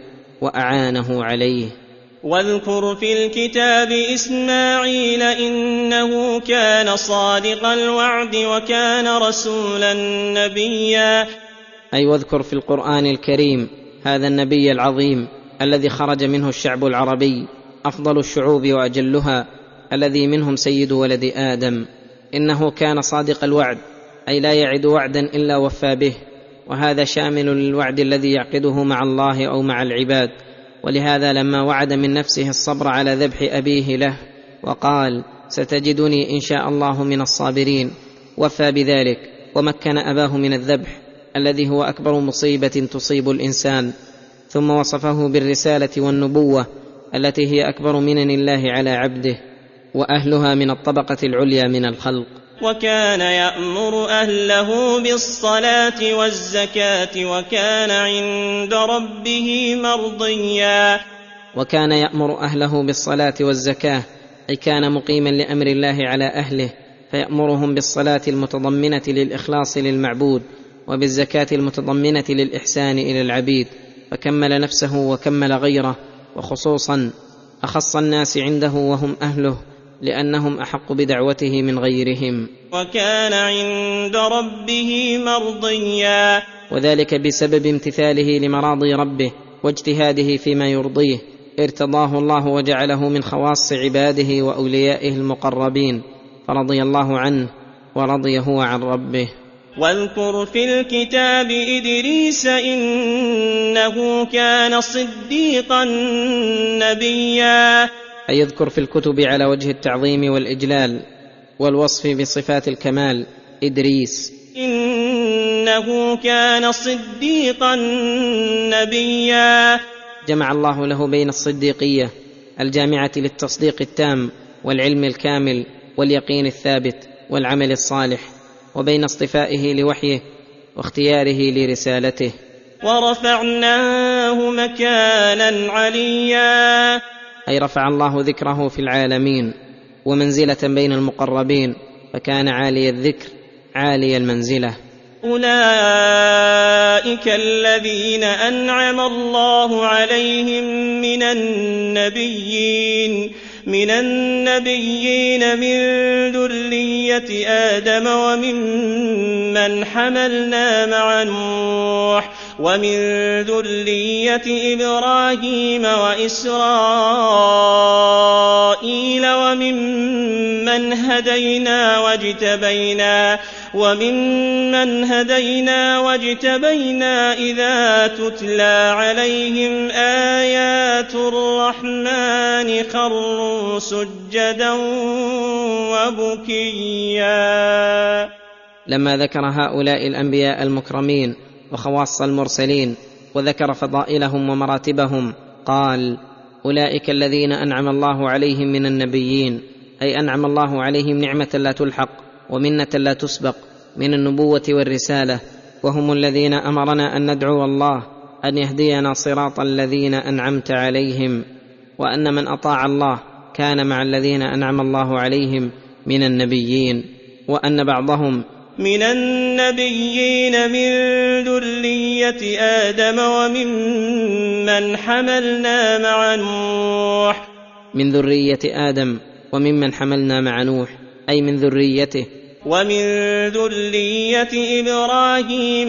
وأعانه عليه. واذكر في الكتاب إسماعيل إنه كان صادق الوعد وكان رسولا نبيا. أي واذكر في القرآن الكريم هذا النبي العظيم الذي خرج منه الشعب العربي أفضل الشعوب وأجلها، الذي منهم سيد ولد آدم. إنه كان صادق الوعد، أي لا يعد وعدا إلا وفى به، وهذا شامل للوعد الذي يعقده مع الله أو مع العباد. ولهذا لما وعد من نفسه الصبر على ذبح أبيه له وقال ستجدني إن شاء الله من الصابرين، وفى بذلك ومكن أباه من الذبح الذي هو أكبر مصيبة تصيب الإنسان، ثم وصفه بالرسالة والنبوة التي هي أكبر منن الله على عبده وأهلها من الطبقة العليا من الخلق. وكان يأمر أهله بالصلاة والزكاة وكان عند ربه مرضيا. وكان يأمر أهله بالصلاة والزكاة، أي كان مقيما لأمر الله على أهله، فيأمرهم بالصلاة المتضمنة للإخلاص للمعبود، وبالزكاة المتضمنة للإحسان إلى العبيد، فكمل نفسه وكمل غيره، وخصوصا أخص الناس عنده وهم أهله، لأنهم أحق بدعوته من غيرهم. وكان عند ربه مرضيا، وذلك بسبب امتثاله لمراضي ربه واجتهاده فيما يرضيه، ارتضاه الله وجعله من خواص عباده وأوليائه المقربين، فرضي الله عنه ورضي هو عن ربه. واذكر في الكتاب إدريس إنه كان صديقا نبيا. أي يذكر في الكتب على وجه التعظيم والإجلال والوصف بصفات الكمال إدريس، إنه كان صديقا نبيا. جمع الله له بين الصديقية الجامعة للتصديق التام والعلم الكامل واليقين الثابت والعمل الصالح، وبين اصطفائه لوحيه واختياره لرسالته. ورفعناه مكانا عليا، أي رفع الله ذكره في العالمين ومنزلة بين المقربين، فكان عالي الذكر عالي المنزلة. أولئك الذين أنعم الله عليهم من النبيين من النبيين من ذرية آدم وممن حملنا مع نوح ومن ذرية إبراهيم وإسرائيل وممن هدينا واجتبينا وممن هدينا واجتبينا إذا تتلى عليهم آيات الرحمن خروا سجدا وبكيا. لما ذكر هؤلاء الأنبياء المكرمين وخواص المرسلين وذكر فضائلهم ومراتبهم قال أولئك الذين أنعم الله عليهم من النبيين، أي أنعم الله عليهم نعمة لا تلحق ومنة لا تسبق من النبوة والرسالة، وهم الذين أمرنا أن ندعو الله أن يهدينا صراط الذين أنعمت عليهم، وأن من أطاع الله كان مع الذين أنعم الله عليهم من النبيين، وأن بعضهم من النبيين من ذرية آدم وممن حملنا مع نوح من ذرية آدم وممن حملنا مع نوح، أي من ذريته، ومن ذرية إبراهيم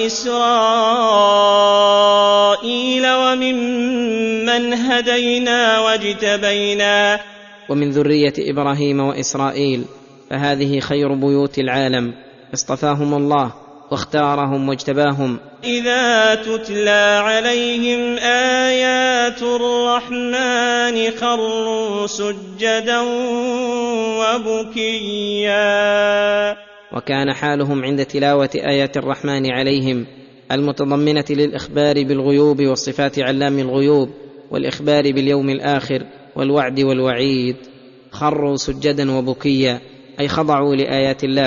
وإسرائيل وممن هدينا واجتبينا. ومن ذرية إبراهيم وإسرائيل، فهذه خير بيوت العالم، اصطفاهم الله واختارهم واجتباهم. إذا تتلى عليهم آيات الرحمن خروا سجدا وبكيا. وكان حالهم عند تلاوة آيات الرحمن عليهم المتضمنة للإخبار بالغيوب والصفات علام الغيوب والإخبار باليوم الآخر والوعد والوعيد، خروا سجدا وبكيا، أي خضعوا لآيات الله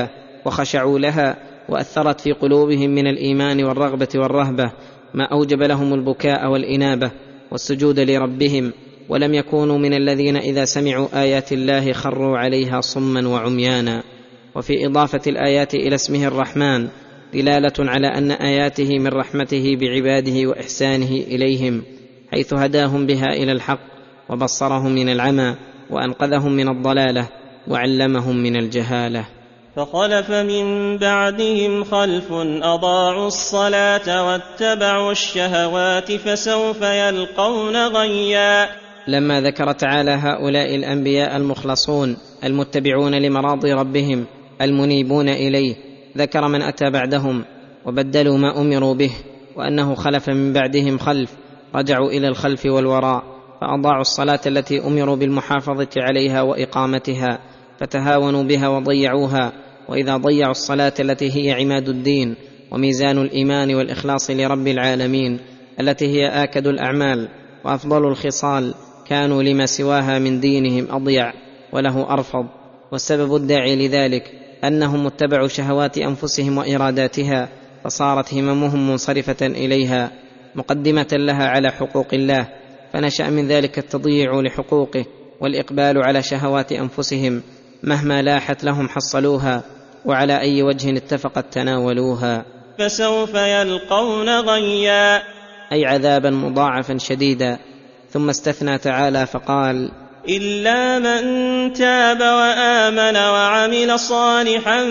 وخشعوا لها، واثرت في قلوبهم من الايمان والرغبه والرهبه ما اوجب لهم البكاء والانابه والسجود لربهم، ولم يكونوا من الذين اذا سمعوا ايات الله خروا عليها صما وعميانا. وفي اضافه الايات الى اسمه الرحمن دلاله على ان اياته من رحمته بعباده واحسانه اليهم، حيث هداهم بها الى الحق وبصرهم من العمى وانقذهم من الضلاله وعلمهم من الجهاله. فخلف من بعدهم خلف أضاعوا الصلاة واتبعوا الشهوات فسوف يلقون غيا. لما ذكر تعالى هؤلاء الأنبياء المخلصون المتبعون لمراضي ربهم المنيبون إليه، ذكر من أتى بعدهم وبدلوا ما أمروا به، وأنه خلف من بعدهم خلف رجعوا إلى الخلف والوراء، فأضاعوا الصلاة التي أمروا بالمحافظة عليها وإقامتها فتهاونوا بها وضيعوها. وإذا ضيعوا الصلاة التي هي عماد الدين وميزان الإيمان والإخلاص لرب العالمين، التي هي آكد الأعمال وأفضل الخصال، كانوا لما سواها من دينهم أضيع وله أرفض. والسبب الداعي لذلك أنهم اتبعوا شهوات أنفسهم وإراداتها، فصارت هممهم منصرفة إليها مقدمة لها على حقوق الله، فنشأ من ذلك التضييع لحقوقه والإقبال على شهوات أنفسهم، مهما لاحت لهم حصلوها، وعلى أي وجه اتفقت تناولوها. فسوف يلقون غيا، أي عذابا مضاعفا شديدا. ثم استثنى تعالى فقال: إلا من تاب وآمن وعمل صالحا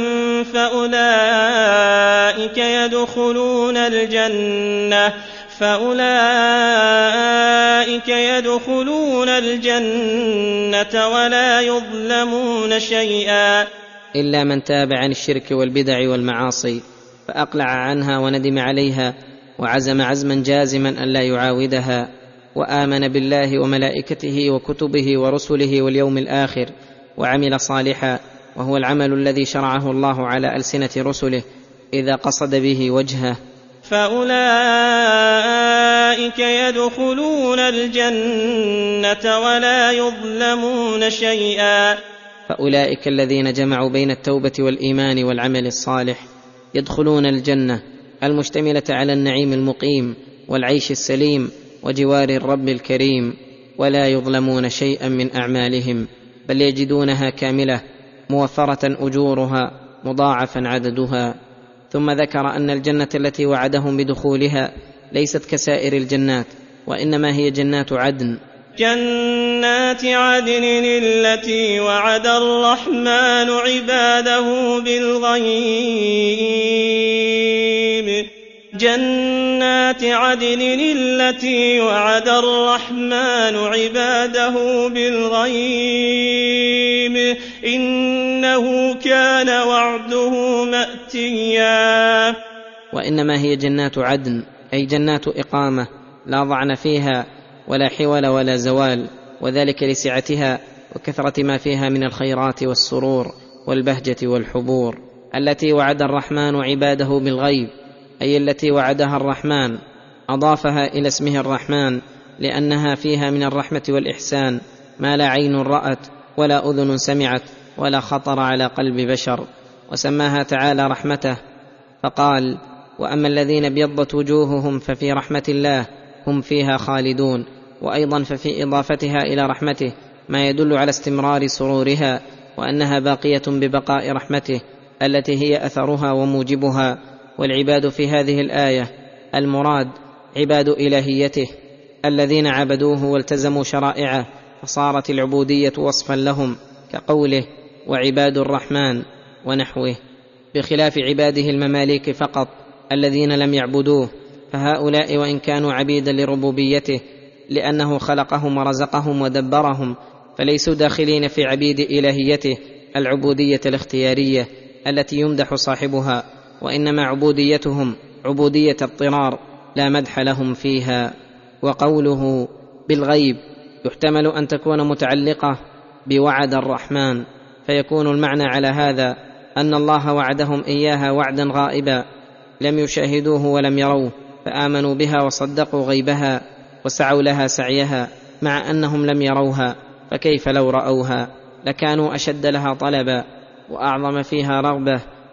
فأولئك يدخلون الجنة فأولئك يدخلون الجنة ولا يظلمون شيئا. إلا من تاب عن الشرك والبدع والمعاصي فأقلع عنها وندم عليها وعزم عزما جازما أن لا يعاودها، وآمن بالله وملائكته وكتبه ورسله واليوم الآخر، وعمل صالحا، وهو العمل الذي شرعه الله على ألسنة رسله إذا قصد به وجهه، فأولئك يدخلون الجنة ولا يظلمون شيئا. فأولئك الذين جمعوا بين التوبة والإيمان والعمل الصالح يدخلون الجنة المشتملة على النعيم المقيم والعيش السليم وجوار الرب الكريم، ولا يظلمون شيئا من أعمالهم، بل يجدونها كاملة موفرة أجورها مضاعفا عددها. ثم ذكر أن الجنة التي وعدهم بدخولها ليست كسائر الجنات، وإنما هي جنات عدن، جنات عدن التي وعد الرحمن عباده بالغيب جنات عدن التي وعد الرحمن عباده بالغيب إنه كان وعده مأتيا. وإنما هي جنات عدن، أي جنات إقامة لا ضعن فيها ولا حول ولا زوال، وذلك لسعتها وكثرة ما فيها من الخيرات والسرور والبهجة والحبور، التي وعد الرحمن عباده بالغيب، أي التي وعدها الرحمن، أضافها إلى اسمه الرحمن لأنها فيها من الرحمة والإحسان ما لا عين رأت ولا أذن سمعت ولا خطر على قلب بشر، وسماها تعالى رحمته فقال: وأما الذين ابيضت وجوههم ففي رحمة الله هم فيها خالدون. وأيضا ففي إضافتها إلى رحمته ما يدل على استمرار سرورها وأنها باقية ببقاء رحمته التي هي أثرها وموجبها. والعباد في هذه الآية المراد عباد إلهيته الذين عبدوه والتزموا شرائعه، فصارت العبودية وصفا لهم كقوله: وعباد الرحمن ونحوه، بخلاف عباده المماليك فقط الذين لم يعبدوه، فهؤلاء وإن كانوا عبيدا لربوبيته لأنه خلقهم ورزقهم ودبرهم، فليسوا داخلين في عبيد إلهيته العبودية الاختيارية التي يمدح صاحبها، وإنما عبوديتهم عبودية اضطرار لا مدح لهم فيها. وقوله بالغيب يحتمل أن تكون متعلقة بوعد الرحمن، فيكون المعنى على هذا أن الله وعدهم إياها وعدا غائبا لم يشاهدوه ولم يروه، فآمنوا بها وصدقوا غيبها وسعوا لها سعيها، مع أنهم لم يروها، فكيف لو رأوها لكانوا أشد لها طلبا وأعظم فيها رغبة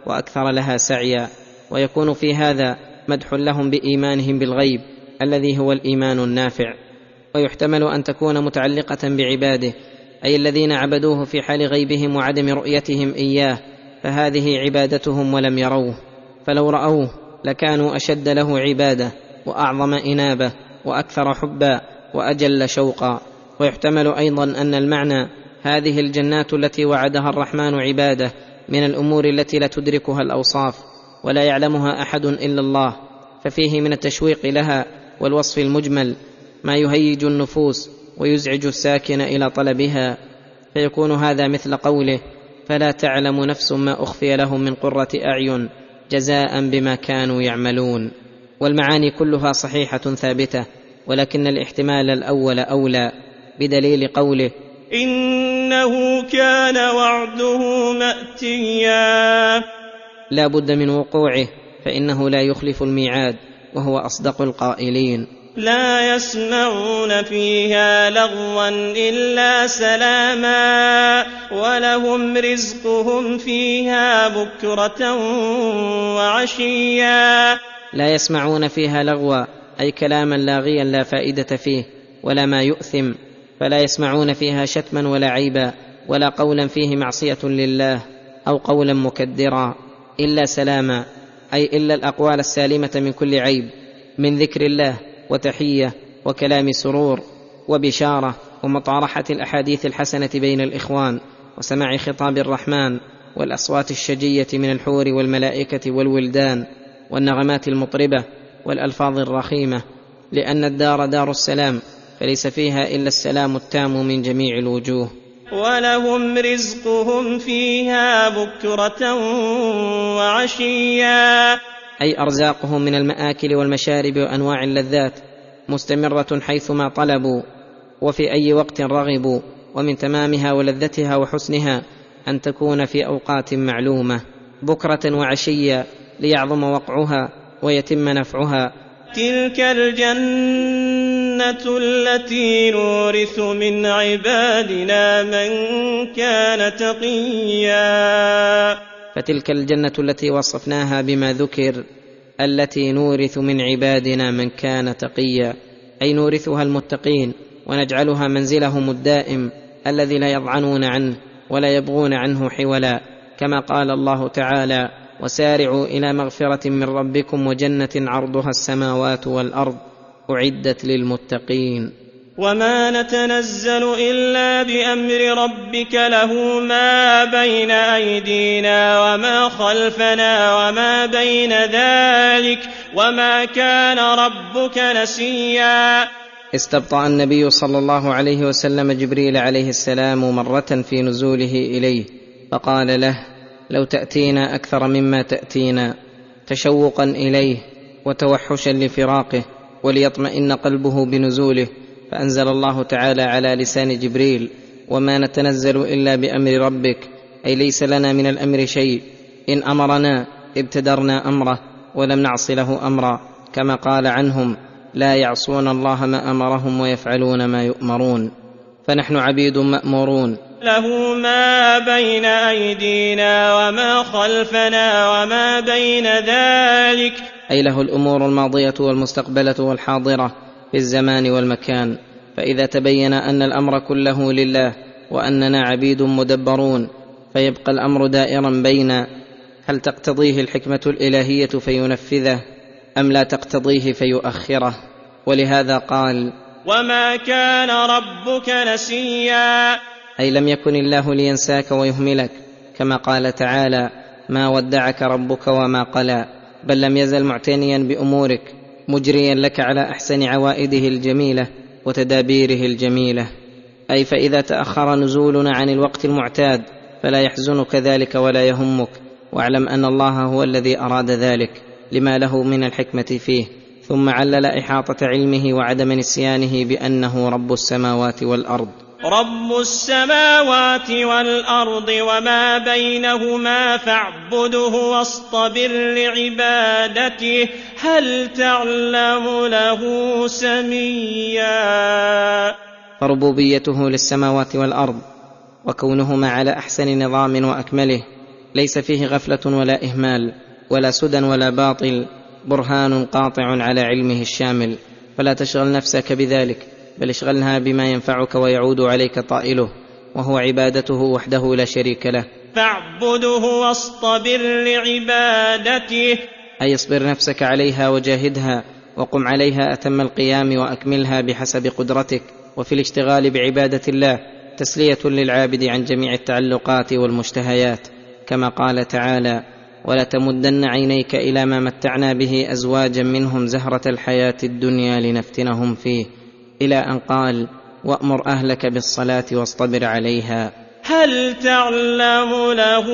واكثر لها سعيا، ويكون في هذا مدح لهم بايمانهم بالغيب الذي هو الايمان النافع. ويحتمل ان تكون متعلقه بعباده، اي الذين عبدوه في حال غيبهم وعدم رؤيتهم اياه، فهذه عبادتهم ولم يروه، فلو راوه لكانوا اشد له عباده واعظم انابه واكثر حبا واجل شوقا. ويحتمل ايضا ان المعنى هذه الجنات التي وعدها الرحمن عباده من الامور التي لا تدركها الاوصاف ولا يعلمها احد الا الله، ففيه من التشويق لها والوصف المجمل ما يهيج النفوس ويزعج الساكن الى طلبها، فيكون هذا مثل قوله: فلا تعلم نفس ما اخفي لهم من قرة اعين جزاء بما كانوا يعملون. والمعاني كلها صحيحة ثابتة، ولكن الاحتمال الاول اولى بدليل قوله: إنه كان وعده مأتيا، لا بد من وقوعه، فإنه لا يخلف الميعاد وهو أصدق القائلين. لا يسمعون فيها لغوا إلا سلاما ولهم رزقهم فيها بكرة وعشيا. لا يسمعون فيها لغوا، أي كلاما لاغيا لا فائدة فيه ولا ما يؤثم، فلا يسمعون فيها شتما ولا عيبا ولا قولا فيه معصية لله أو قولا مكدرا، إلا سلاما، أي إلا الأقوال السالمة من كل عيب، من ذكر الله وتحية وكلام سرور وبشارة ومطارحة الأحاديث الحسنة بين الإخوان وسماع خطاب الرحمن والأصوات الشجية من الحور والملائكة والولدان والنغمات المطربة والألفاظ الرخيمة، لأن الدار دار السلام، فليس فيها إلا السلام التام من جميع الوجوه. ولهم رزقهم فيها بكرة وعشيا، أي أرزاقهم من المآكل والمشارب وأنواع اللذات مستمرة حيثما طلبوا وفي أي وقت رغبوا، ومن تمامها ولذتها وحسنها أن تكون في أوقات معلومة بكرة وعشيا ليعظم وقعها ويتم نفعها. تلك الجنة التي نورث من عبادنا من كان تقيا، فتلك الجنة التي وصفناها بما ذكر التي نورث من عبادنا من كان تقيا، أي نورثها المتقين ونجعلها منزلهم الدائم الذي لا يضعنون عنه ولا يبغون عنه حولا، كما قال الله تعالى: وسارعوا إلى مغفرة من ربكم وجنة عرضها السماوات والأرض أعدت للمتقين. وما نتنزل إلا بأمر ربك له ما بين أيدينا وما خلفنا وما بين ذلك وما كان ربك نسيا. استبطأ النبي صلى الله عليه وسلم جبريل عليه السلام مرة في نزوله إليه فقال له: لو تأتينا أكثر مما تأتينا، تشوقا إليه وتوحشا لفراقه وليطمئن قلبه بنزوله، فأنزل الله تعالى على لسان جبريل: وما نتنزل إلا بأمر ربك، أي ليس لنا من الأمر شيء، إن أمرنا ابتدرنا أمره ولم نعص له أمرا، كما قال عنهم: لا يعصون الله ما أمرهم ويفعلون ما يؤمرون. فنحن عبيد مأمورون، له ما بين أيدينا وما خلفنا وما بين ذلك، أي له الأمور الماضية والمستقبلة والحاضرة في الزمان والمكان. فإذا تبين أن الأمر كله لله وأننا عبيد مدبرون، فيبقى الأمر دائرا بين هل تقتضيه الحكمة الإلهية فينفذه أم لا تقتضيه فيؤخره. ولهذا قال: وما كان ربك نسيا، أي لم يكن الله لينساك ويهملك، كما قال تعالى: ما ودعك ربك وما قلى، بل لم يزل معتنيا بأمورك مجريا لك على أحسن عوائده الجميلة وتدابيره الجميلة. أي فإذا تأخر نزولنا عن الوقت المعتاد فلا يحزنك ذلك ولا يهمك، واعلم أن الله هو الذي أراد ذلك لما له من الحكمة فيه. ثم علل إحاطة علمه وعدم نسيانه بأنه رب السماوات والأرض، رب السماوات والأرض وما بينهما فاعبده واصطبر لعبادته هل تعلم له سميا. فربوبيته للسماوات والأرض وكونهما على أحسن نظام وأكمله ليس فيه غفلة ولا إهمال ولا سدى ولا باطل، برهان قاطع على علمه الشامل. فلا تشغل نفسك بذلك، بل اشغلها بما ينفعك ويعود عليك طائله، وهو عبادته وحده لا شريك له. فاعبده واصطبر لعبادته، أي اصبر نفسك عليها وجاهدها، وقم عليها أتم القيام وأكملها بحسب قدرتك. وفي الاشتغال بعبادة الله تسلية للعابد عن جميع التعلقات والمشتهيات، كما قال تعالى: ولا تمدن عينيك إلى ما متعنا به أزواجا منهم زهرة الحياة الدنيا لنفتنهم فيه، إلى أن قال: وأمر أهلك بالصلاة واصطبر عليها. هل تعلم له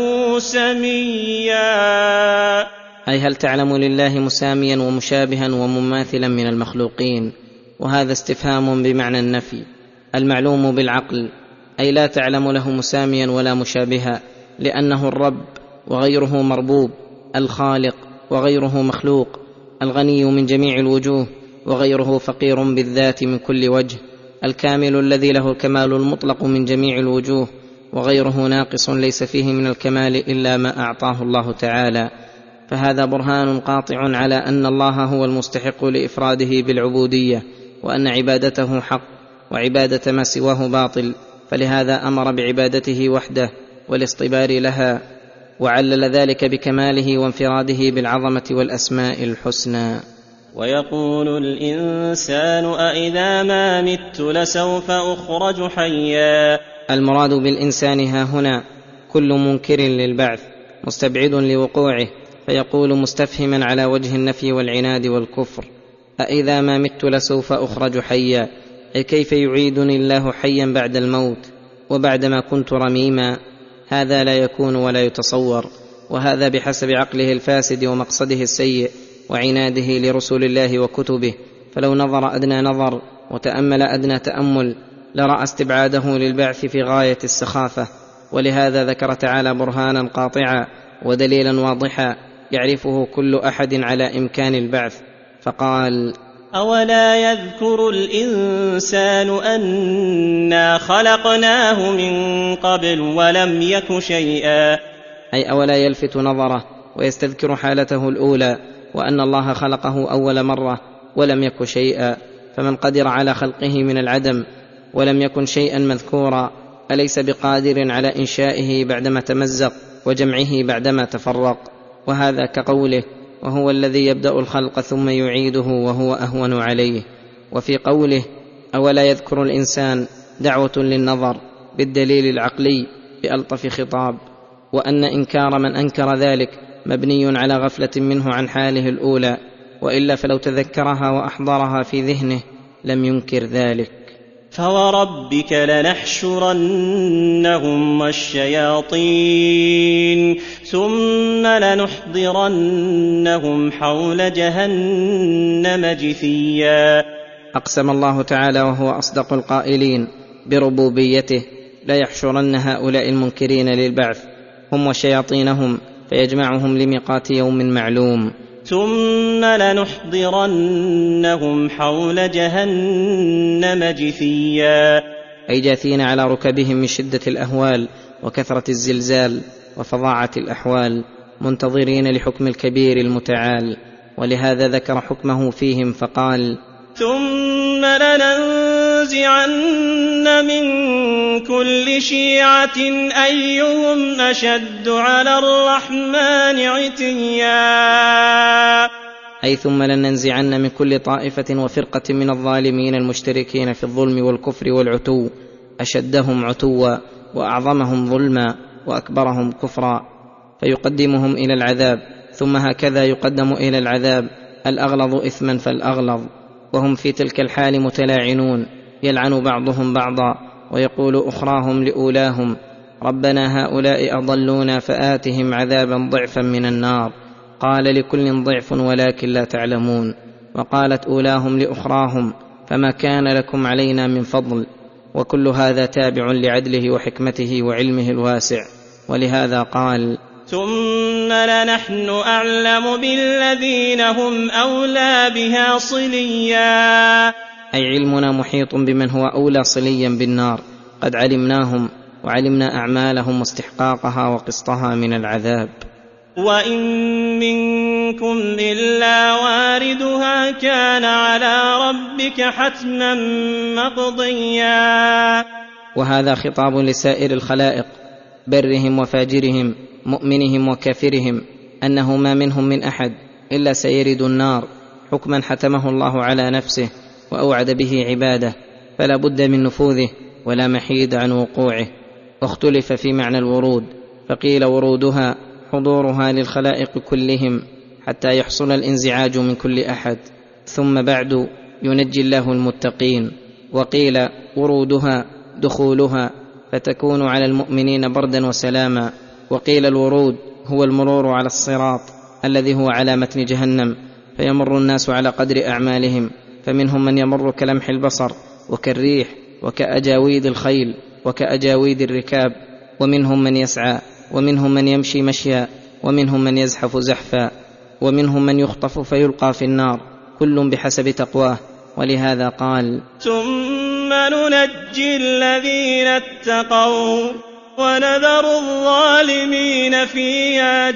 سميا، أي هل تعلم لله مساميا ومشابها ومماثلا من المخلوقين. وهذا استفهام بمعنى النفي. المعلوم بالعقل، أي لا تعلم له مساميا ولا مشابها، لأنه الرب وغيره مربوب، الخالق وغيره مخلوق، الغني من جميع الوجوه وغيره فقير بالذات من كل وجه، الكامل الذي له الكمال المطلق من جميع الوجوه، وغيره ناقص ليس فيه من الكمال إلا ما أعطاه الله تعالى. فهذا برهان قاطع على أن الله هو المستحق لإفراده بالعبودية، وأن عبادته حق وعبادة ما سواه باطل، فلهذا أمر بعبادته وحده والاصطبار لها، وعلل ذلك بكماله وانفراده بالعظمة والأسماء الحسنى. ويقول الإنسان أإذا ما مت لسوف أخرج حيا. المراد بالإنسان ها هنا كل منكر للبعث مستبعد لوقوعه، فيقول مستفهما على وجه النفي والعناد والكفر: أإذا ما مت لسوف أخرج حيا، أي كيف يعيدني الله حيا بعد الموت وبعدما كنت رميما؟ هذا لا يكون ولا يتصور، وهذا بحسب عقله الفاسد ومقصده السيء وعناده لرسل الله وكتبه. فلو نظر أدنى نظر وتأمل أدنى تأمل لرأى استبعاده للبعث في غاية السخافة. ولهذا ذكر تعالى برهانا قاطعا ودليلا واضحا يعرفه كل أحد على إمكان البعث، فقال: أولا يذكر الإنسان أنا خلقناه من قبل ولم يك شيئا، أي أولا يلفت نظره ويستذكر حالته الأولى، وأن الله خلقه أول مرة ولم يك شيئا. فمن قدر على خلقه من العدم ولم يكن شيئا مذكورا، أليس بقادر على إنشائه بعدما تمزق وجمعه بعدما تفرق؟ وهذا كقوله: وهو الذي يبدأ الخلق ثم يعيده وهو أهون عليه. وفي قوله: أولا يذكر الإنسان دعوة للنظر بالدليل العقلي بألطف خطاب، وأن إنكار من أنكر ذلك مبني على غفلة منه عن حاله الأولى، وإلا فلو تذكرها وأحضرها في ذهنه لم ينكر ذلك. فوربك لنحشرنهم والشياطين ثم لنحضرنهم حول جهنم جثيا. أقسم الله تعالى وهو أصدق القائلين بربوبيته: لا يحشرن هؤلاء المنكرين للبعث هم وشياطينهم فيجمعهم لميقات يوم معلوم. ثم لنحضرنهم حول جهنم جثيا، أي جاثين على ركبهم من شدة الأهوال وكثرة الزلزال وفظاعة الأحوال، منتظرين لحكم الكبير المتعال. ولهذا ذكر حكمه فيهم فقال: ثم لننزعن من كل شيعة أيهم أشد على الرحمن عتيا، أي ثم لننزعن من كل طائفة وفرقة من الظالمين المشتركين في الظلم والكفر والعتو أشدهم عتوا وأعظمهم ظلما وأكبرهم كفرا، فيقدمهم إلى العذاب، ثم هكذا يقدم إلى العذاب الأغلظ إثما فالأغلظ، وهم في تلك الحال متلاعنون يلعن بعضهم بعضا، ويقول أخراهم لأولاهم: ربنا هؤلاء أضلونا فآتهم عذابا ضعفا من النار. قال: لكل ضعف ولكن لا تعلمون. وقالت أولاهم لأخراهم: فما كان لكم علينا من فضل. وكل هذا تابع لعدله وحكمته وعلمه الواسع. ولهذا قال: ثم لنحن أعلم بالذين هم أولى بها صليا، أي علمنا محيط بمن هو أولى صليا بالنار، قد علمناهم وعلمنا أعمالهم واستحقاقها وقسطها من العذاب. وإن منكم إلا واردها كان على ربك حتما مقضيا. وهذا خطاب لسائر الخلائق، برهم وفاجرهم، مؤمنهم وكافرهم، أنه ما منهم من أحد إلا سيرد النار، حكما حتمه الله على نفسه وأوعد به عباده، فلا بد من نفوذه ولا محيد عن وقوعه. واختلف في معنى الورود، فقيل ورودها حضورها للخلائق كلهم حتى يحصل الانزعاج من كل أحد، ثم بعد ينجي الله المتقين. وقيل ورودها دخولها فتكون على المؤمنين بردا وسلاما. وقيل الورود هو المرور على الصراط الذي هو على متن جهنم، فيمر الناس على قدر أعمالهم، فمنهم من يمر كلمح البصر وكالريح وكأجاويد الخيل وكأجاويد الركاب، ومنهم من يسعى، ومنهم من يمشي مشيا، ومنهم من يزحف زحفا، ومنهم من يخطف فيلقى في النار، كل بحسب تقواه. ولهذا قال: ثم ننجي الذين اتقوا ونذر الظالمين فيها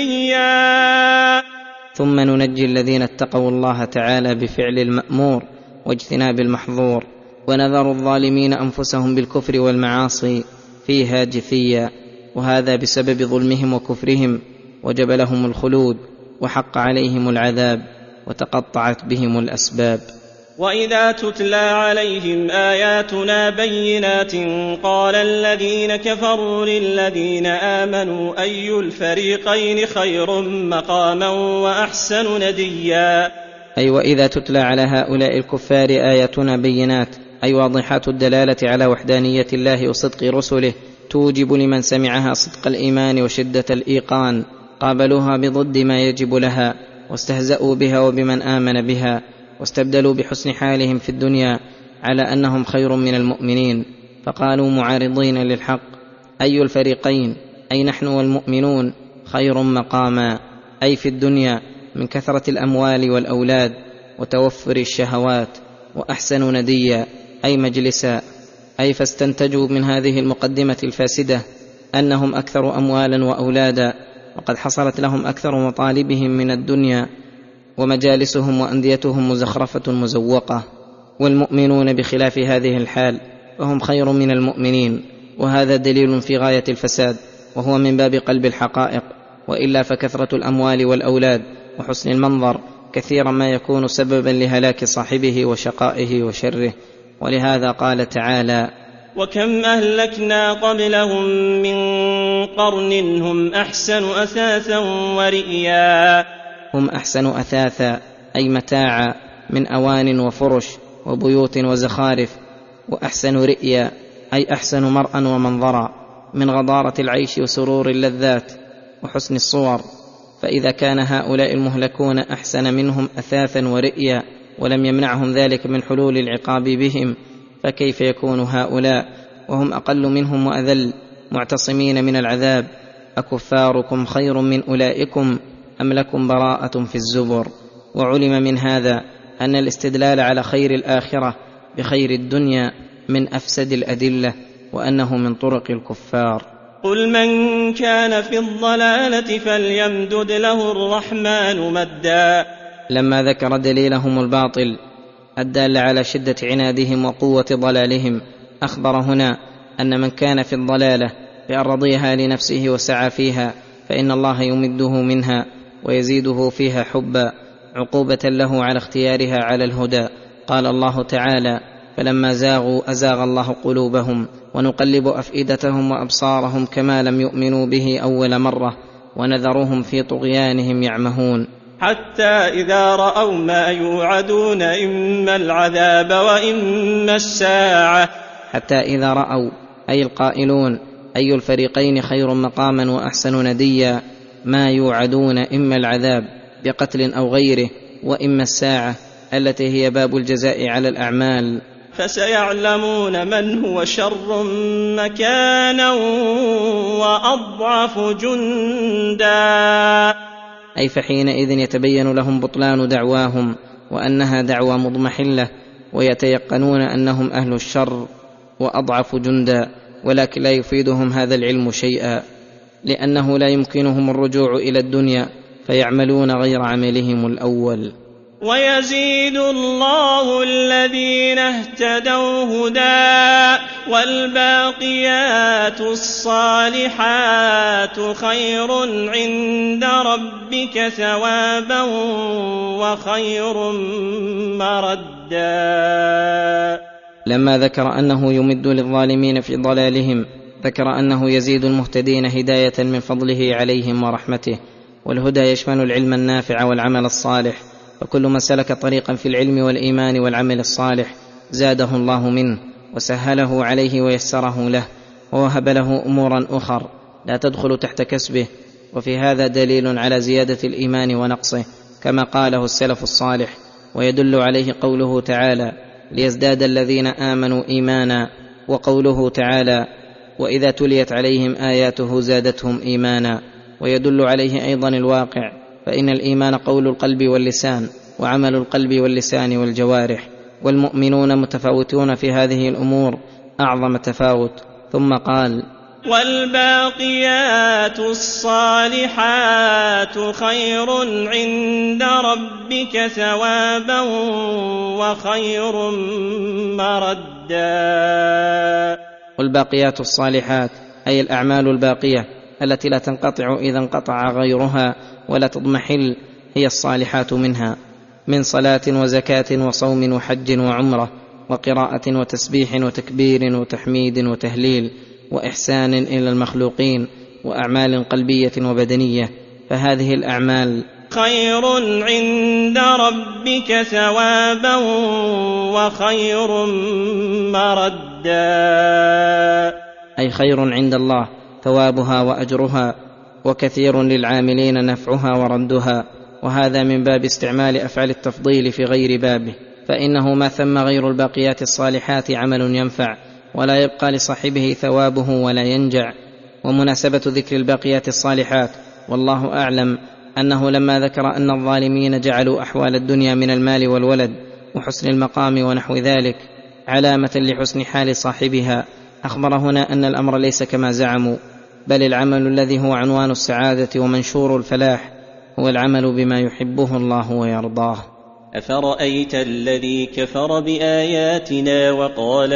جثيا. ثم ننجي الذين اتقوا الله تعالى بفعل المأمور واجتناب المحظور، ونذر الظالمين أنفسهم بالكفر والمعاصي فيها جثيا، وهذا بسبب ظلمهم وكفرهم، وجب لهم الخلود وحق عليهم العذاب، وتقطعت بهم الأسباب. وإذا تتلى عليهم آياتنا بينات قال الذين كفروا للذين آمنوا أي الفريقين خير مقاما وأحسن نديا. أي وإذا تتلى على هؤلاء الكفار آياتنا بينات، أي واضحات الدلالة على وحدانية الله وصدق رسله، توجب لمن سمعها صدق الإيمان وشدة الإيقان، قابلوها بضد ما يجب لها، واستهزأوا بها وبمن آمن بها، واستبدلوا بحسن حالهم في الدنيا على أنهم خير من المؤمنين، فقالوا معارضين للحق: أي الفريقين، أي نحن والمؤمنون، خير مقاما، أي في الدنيا من كثرة الأموال والأولاد وتوفر الشهوات، وأحسن نديا، أي مجلسا، أي فاستنتجوا من هذه المقدمة الفاسدة أنهم أكثر أموالا وأولادا، وقد حصلت لهم أكثر مطالبهم من الدنيا، ومجالسهم وأنديتهم مزخرفة مزوقة. والمؤمنون بخلاف هذه الحال فهم خير من المؤمنين، وهذا دليل في غاية الفساد، وهو من باب قلب الحقائق، وإلا فكثرة الأموال والأولاد وحسن المنظر كثيرا ما يكون سببا لهلاك صاحبه وشقائه وشره. ولهذا قال تعالى: وكم أهلكنا قبلهم من قرن هم أحسن أثاثا ورئيا. هم أحسن أثاثا، أي متاعا، من أوان وفرش وبيوت وزخارف، وأحسن رئيا، أي أحسن مرأى ومنظرا، من غضارة العيش وسرور اللذات وحسن الصور. فإذا كان هؤلاء المهلكون أحسن منهم أثاثا ورئيا ولم يمنعهم ذلك من حلول العقاب بهم، فكيف يكون هؤلاء وهم أقل منهم وأذل معتصمين من العذاب؟ أكفاركم خير من أولئكم أم لكم براءة في الزبر؟ وعلم من هذا أن الاستدلال على خير الآخرة بخير الدنيا من أفسد الأدلة، وأنه من طرق الكفار. قل من كان في الضلالة فليمدد له الرحمن مدا. لما ذكر دليلهم الباطل الدال على شدة عنادهم وقوة ضلالهم، أخبر هنا أن من كان في الضلالة بأن رضيها لنفسه وسعى فيها فإن الله يمده منها ويزيده فيها حبا، عقوبة له على اختيارها على الهدى. قال الله تعالى: فلما زاغوا أزاغ الله قلوبهم ونقلب أفئدتهم وأبصارهم كما لم يؤمنوا به أول مرة ونذرهم في طغيانهم يعمهون. حتى إذا رأوا ما يوعدون إما العذاب وإما الساعة. حتى إذا رأوا، أي القائلون، أي الفريقين خير مقاما وأحسن نديا، ما يوعدون إما العذاب بقتل أو غيره، وإما الساعة التي هي باب الجزاء على الأعمال. فسيعلمون من هو شر مكانا وأضعف جندا. أي فحينئذ يتبين لهم بطلان دعواهم وأنها دعوى مضمحلة، ويتيقنون أنهم أهل الشر وأضعف جندا، ولكن لا يفيدهم هذا العلم شيئا، لأنه لا يمكنهم الرجوع إلى الدنيا فيعملون غير عملهم الأول. ويزيد الله الذين اهتدوا هدى والباقيات الصالحات خير عند ربك ثوابا وخير مردا. لما ذكر أنه يمد للظالمين في ضلالهم ذكر أنه يزيد المهتدين هداية من فضله عليهم ورحمته. والهدى يشمل العلم النافع والعمل الصالح، فكل من سلك طريقا في العلم والإيمان والعمل الصالح زاده الله منه وسهله عليه ويسره له ووهب له أمورا أخر لا تدخل تحت كسبه. وفي هذا دليل على زيادة الإيمان ونقصه كما قاله السلف الصالح، ويدل عليه قوله تعالى: ليزداد الذين آمنوا إيمانا، وقوله تعالى: وإذا تليت عليهم آياته زادتهم إيمانا. ويدل عليه أيضا الواقع، فإن الإيمان قول القلب واللسان وعمل القلب واللسان والجوارح، والمؤمنون متفاوتون في هذه الأمور أعظم تفاوت. ثم قال: والباقيات الصالحات خير عند ربك ثوابا وخير مردا. والباقيات الصالحات أي الأعمال الباقية التي لا تنقطع إذا انقطع غيرها ولا تضمحل، هي الصالحات منها من صلاة وزكاة وصوم وحج وعمرة وقراءة وتسبيح وتكبير وتحميد وتهليل وإحسان إلى المخلوقين وأعمال قلبية وبدنية. فهذه الأعمال خير عند ربك ثوابا وخير مردا، أي خير عند الله ثوابها وأجرها، وكثير للعاملين نفعها وردها. وهذا من باب استعمال أفعال التفضيل في غير بابه، فإنه ما ثم غير الباقيات الصالحات عمل ينفع ولا يبقى لصاحبه ثوابه ولا ينجع. ومناسبة ذكر الباقيات الصالحات والله أعلم أنه لما ذكر أن الظالمين جعلوا أحوال الدنيا من المال والولد وحسن المقام ونحو ذلك علامة لحسن حال صاحبها، أخبر هنا أن الأمر ليس كما زعموا، بل العمل الذي هو عنوان السعادة ومنشور الفلاح هو العمل بما يحبه الله ويرضاه. أفرأيت الذي كفر بآياتنا وقال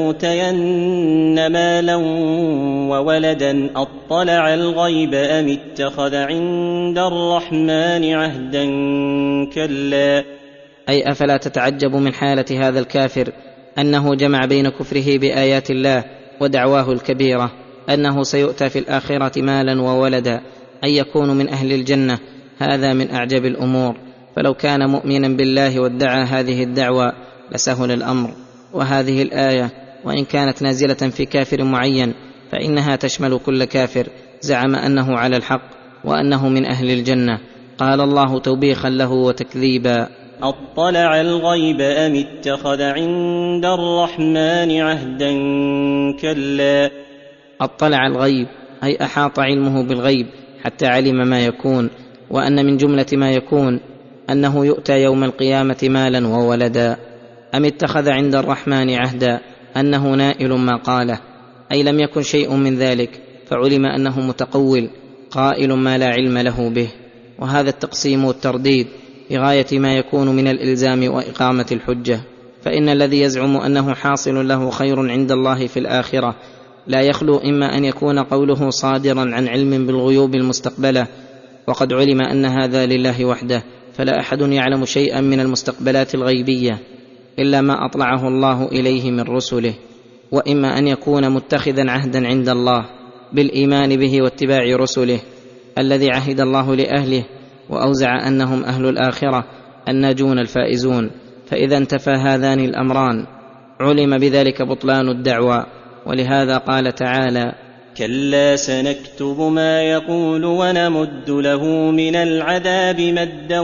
لأوتين مالا وولدا أطلع الغيب أم اتخذ عند الرحمن عهدا كلا. أي أفلا تتعجب من حالة هذا الكافر أنه جمع بين كفره بآيات الله ودعواه الكبيرة أنه سيؤتى في الآخرة مالا وولدا، أن يكون من أهل الجنة. هذا من أعجب الأمور، فلو كان مؤمنا بالله وادعى هذه الدعوة لسهل الأمر. وهذه الآية وإن كانت نازلة في كافر معين فإنها تشمل كل كافر زعم أنه على الحق وأنه من أهل الجنة. قال الله توبيخا له وتكذيبا: أطلع الغيب أم اتخذ عند الرحمن عهدا كلا. أطلع الغيب أي أحاط علمه بالغيب حتى علم ما يكون، وأن من جملة ما يكون أنه يؤتى يوم القيامة مالا وولدا. أم اتخذ عند الرحمن عهدا أنه نائل ما قاله، أي لم يكن شيء من ذلك فعلم أنه متقول قائل ما لا علم له به. وهذا التقسيم والترديد بغاية ما يكون من الإلزام وإقامة الحجة، فإن الذي يزعم أنه حاصل له خير عند الله في الآخرة لا يخلو إما أن يكون قوله صادرا عن علم بالغيوب المستقبلة، وقد علم أن هذا لله وحده، فلا أحد يعلم شيئا من المستقبلات الغيبية إلا ما أطلعه الله إليه من رسله، وإما أن يكون متخذا عهدا عند الله بالإيمان به واتباع رسله الذي عهد الله لأهله وأوزع أنهم أهل الآخرة الناجون الفائزون. فإذا انتفى هذان الأمران علم بذلك بطلان الدعوى. ولهذا قال تعالى: كلا سنكتب ما يقول ونمد له من العذاب مدا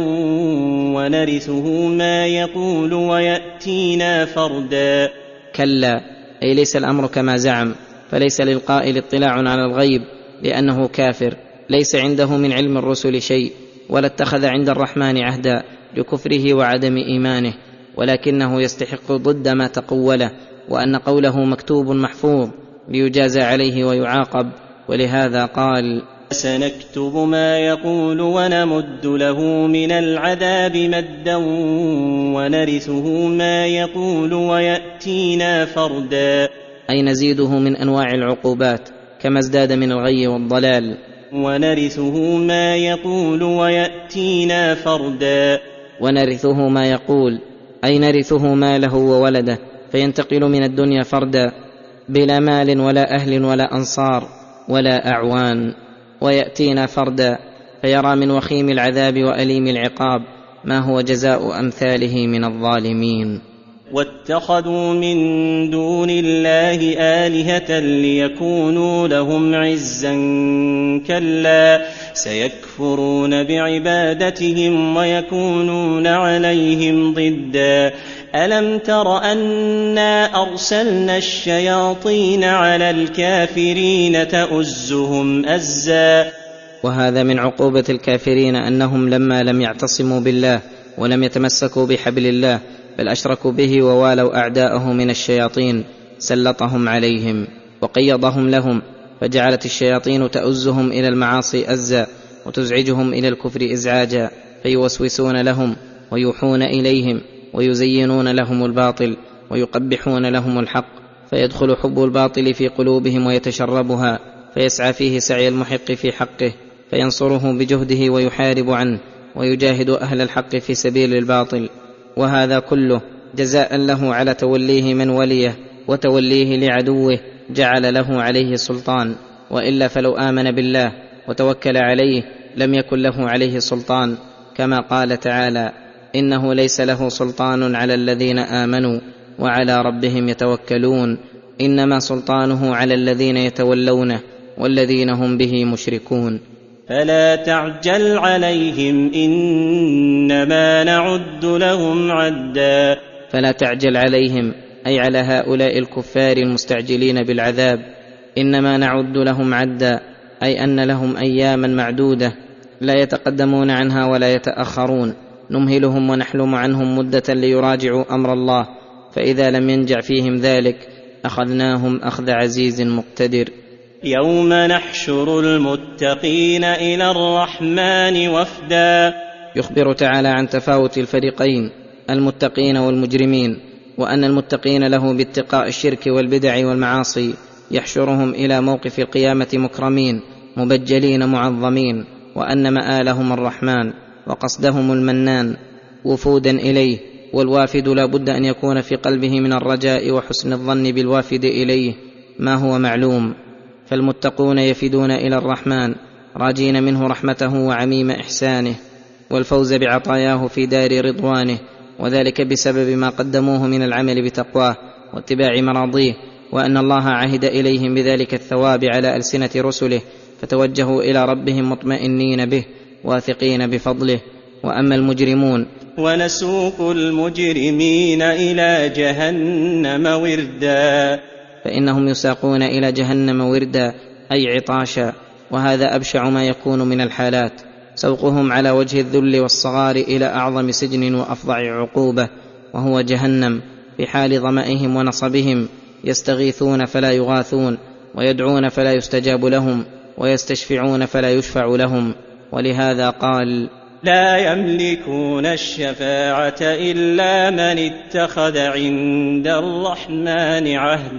ونرثه ما يقول ويأتينا فردا. كلا أي ليس الأمر كما زعم، فليس للقائل اطلاع على الغيب لأنه كافر، ليس عنده من علم الرسل شيء، ولا اتخذ عند الرحمن عهدا لكفره وعدم إيمانه، ولكنه يستحق ضد ما تقوله، وأن قوله مكتوب محفوظ ليجازى عليه ويعاقب. ولهذا قال: سنكتب ما يقول ونمد له من العذاب مدا ونرثه ما يقول ويأتينا فردا، أي نزيده من أنواع العقوبات كما ازداد من الغي والضلال. ونرثه ما يقول ويأتينا فردا، ونرثه ما يقول أي نرثه ماله وولده، فينتقل من الدنيا فردا بلا مال ولا أهل ولا أنصار ولا أعوان. ويأتينا فردا فيرى من وخيم العذاب وأليم العقاب ما هو جزاء أمثاله من الظالمين. واتخذوا من دون الله آلهة ليكونوا لهم عزا، كلا سيكفرون بعبادتهم ويكونون عليهم ضدا. ألم تر أنا أرسلنا الشياطين على الكافرين تؤزهم أزا. وهذا من عقوبة الكافرين أنهم لما لم يعتصموا بالله ولم يتمسكوا بحبل الله بل أشركوا به ووالوا أعداءه من الشياطين سلطهم عليهم وقيضهم لهم، فجعلت الشياطين تؤزهم إلى المعاصي أزا وتزعجهم إلى الكفر إزعاجا، فيوسوسون لهم ويوحون إليهم ويزينون لهم الباطل ويقبحون لهم الحق، فيدخل حب الباطل في قلوبهم ويتشربها، فيسعى فيه سعي المحق في حقه فينصره بجهده ويحارب عنه ويجاهد أهل الحق في سبيل الباطل. وهذا كله جزاء له على توليه من وليه وتوليه لعدوه جعل له عليه سلطان، وإلا فلو آمن بالله وتوكل عليه لم يكن له عليه سلطان، كما قال تعالى: إنه ليس له سلطان على الذين آمنوا وعلى ربهم يتوكلون، إنما سلطانه على الذين يتولونه والذين هم به مشركون. فلا تعجل عليهم إنما نعد لهم عدا. فلا تعجل عليهم أي على هؤلاء الكفار المستعجلين بالعذاب، إنما نعد لهم عدا أي أن لهم أياما معدودة لا يتقدمون عنها ولا يتأخرون، نمهلهم ونحلم عنهم مدة ليراجعوا أمر الله، فإذا لم ينجع فيهم ذلك أخذناهم أخذ عزيز مقتدر. يوم نحشر المتقين إلى الرحمن وفدا. يخبر تعالى عن تفاوت الفريقين المتقين والمجرمين، وأن المتقين له باتقاء الشرك والبدع والمعاصي يحشرهم إلى موقف القيامة مكرمين مبجلين معظمين، وأن مآلهم الرحمن وقصدهم المنان وفودا إليه، والوافد لا بد أن يكون في قلبه من الرجاء وحسن الظن بالوافد إليه ما هو معلوم. فالمتقون يفدون إلى الرحمن راجين منه رحمته وعميم إحسانه والفوز بعطاياه في دار رضوانه، وذلك بسبب ما قدموه من العمل بتقواه واتباع مراضيه، وأن الله عهد إليهم بذلك الثواب على ألسنة رسله، فتوجهوا إلى ربهم مطمئنين به واثقين بفضله. وأما المجرمون ونسوق المجرمين إلى جهنم وردا. فإنهم يساقون إلى جهنم وردا أي عطاشا، وهذا أبشع ما يكون من الحالات، سوقهم على وجه الذل والصغار إلى أعظم سجن وأفظع عقوبة وهو جهنم، في حال ظمئهم ونصبهم يستغيثون فلا يغاثون، ويدعون فلا يستجاب لهم، ويستشفعون فلا يشفع لهم. ولهذا قال: لا يملكون الشفاعة إلا من اتخذ عند الرحمن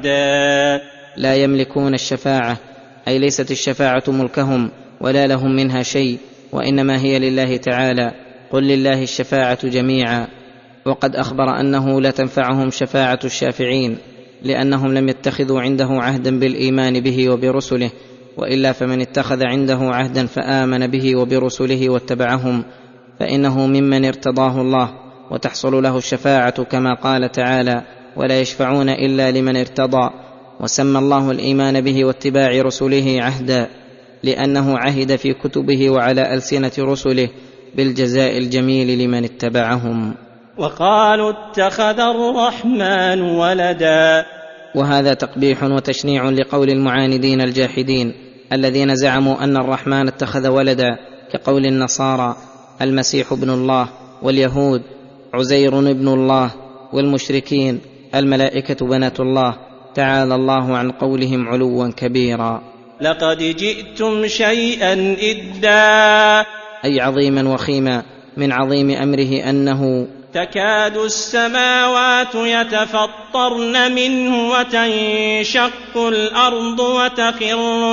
عهدا. لا يملكون الشفاعة أي ليست الشفاعة ملكهم ولا لهم منها شيء، وإنما هي لله تعالى، قل لله الشفاعة جميعا. وقد أخبر أنه لا تنفعهم شفاعة الشافعين لأنهم لم يتخذوا عنده عهدا بالإيمان به وبرسله، وإلا فمن اتخذ عنده عهدا فآمن به وبرسله واتبعهم فإنه ممن ارتضاه الله، وتحصل له الشفاعة كما قال تعالى: ولا يشفعون إلا لمن ارتضى. وسمى الله الإيمان به واتباع رسله عهدا لأنه عهد في كتبه وعلى ألسنة رسله بالجزاء الجميل لمن اتبعهم. وقالوا اتخذ الرحمن ولدا. وهذا تقبيح وتشنيع لقول المعاندين الجاحدين الذين زعموا أن الرحمن اتخذ ولدا، كقول النصارى المسيح ابن الله، واليهود عزير ابن الله، والمشركين الملائكة بنات الله، تعالى الله عن قولهم علوا كبيرا. لقد جئتم شيئا إدا، أي عظيما وخيما، من عظيم أمره أنه تكاد السماوات يتفطرن منه وتنشق الأرض وتخر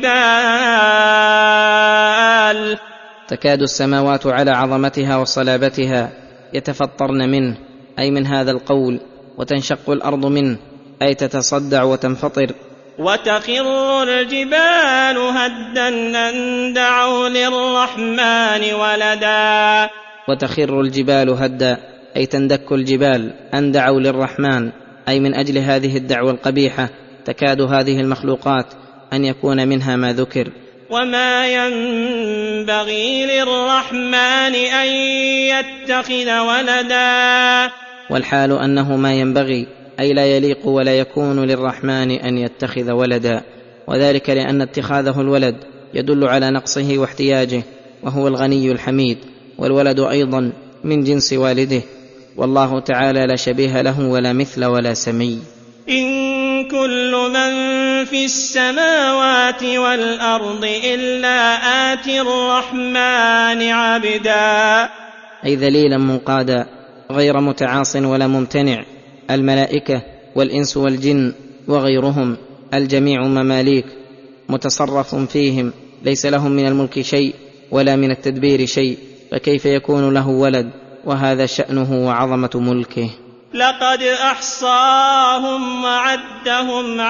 الجبال. تكاد السماوات على عظمتها وصلابتها يتفطرن منه، أي من هذا القول، وتنشق الأرض منه، أي تتصدع وتنفطر. وتخر الجبال هدا أن دعوا للرحمن ولدا. وتخر الجبال هدا، أي تندك الجبال، أن دعوا للرحمن، أي من أجل هذه الدعوة القبيحة تكاد هذه المخلوقات أن يكون منها ما ذكر. وما ينبغي للرحمن أن يتخذ ولدا، والحال أنه ما ينبغي، أي لا يليق ولا يكون للرحمن أن يتخذ ولدا، وذلك لأن اتخاذه الولد يدل على نقصه واحتياجه، وهو الغني الحميد، والولد أيضا من جنس والده، والله تعالى لا شبيه له ولا مثل ولا سمي. إن كل من في السماوات والأرض إلا آتي الرحمن عبدا، أي ذليلا منقادا غير متعاص ولا ممتنع. الملائكة والإنس والجن وغيرهم الجميع مماليك متصرف فيهم، ليس لهم من الملك شيء ولا من التدبير شيء، فكيف يكون له ولد وهذا شأنه وعظمة ملكه؟ لقد أحصاهم وعدهم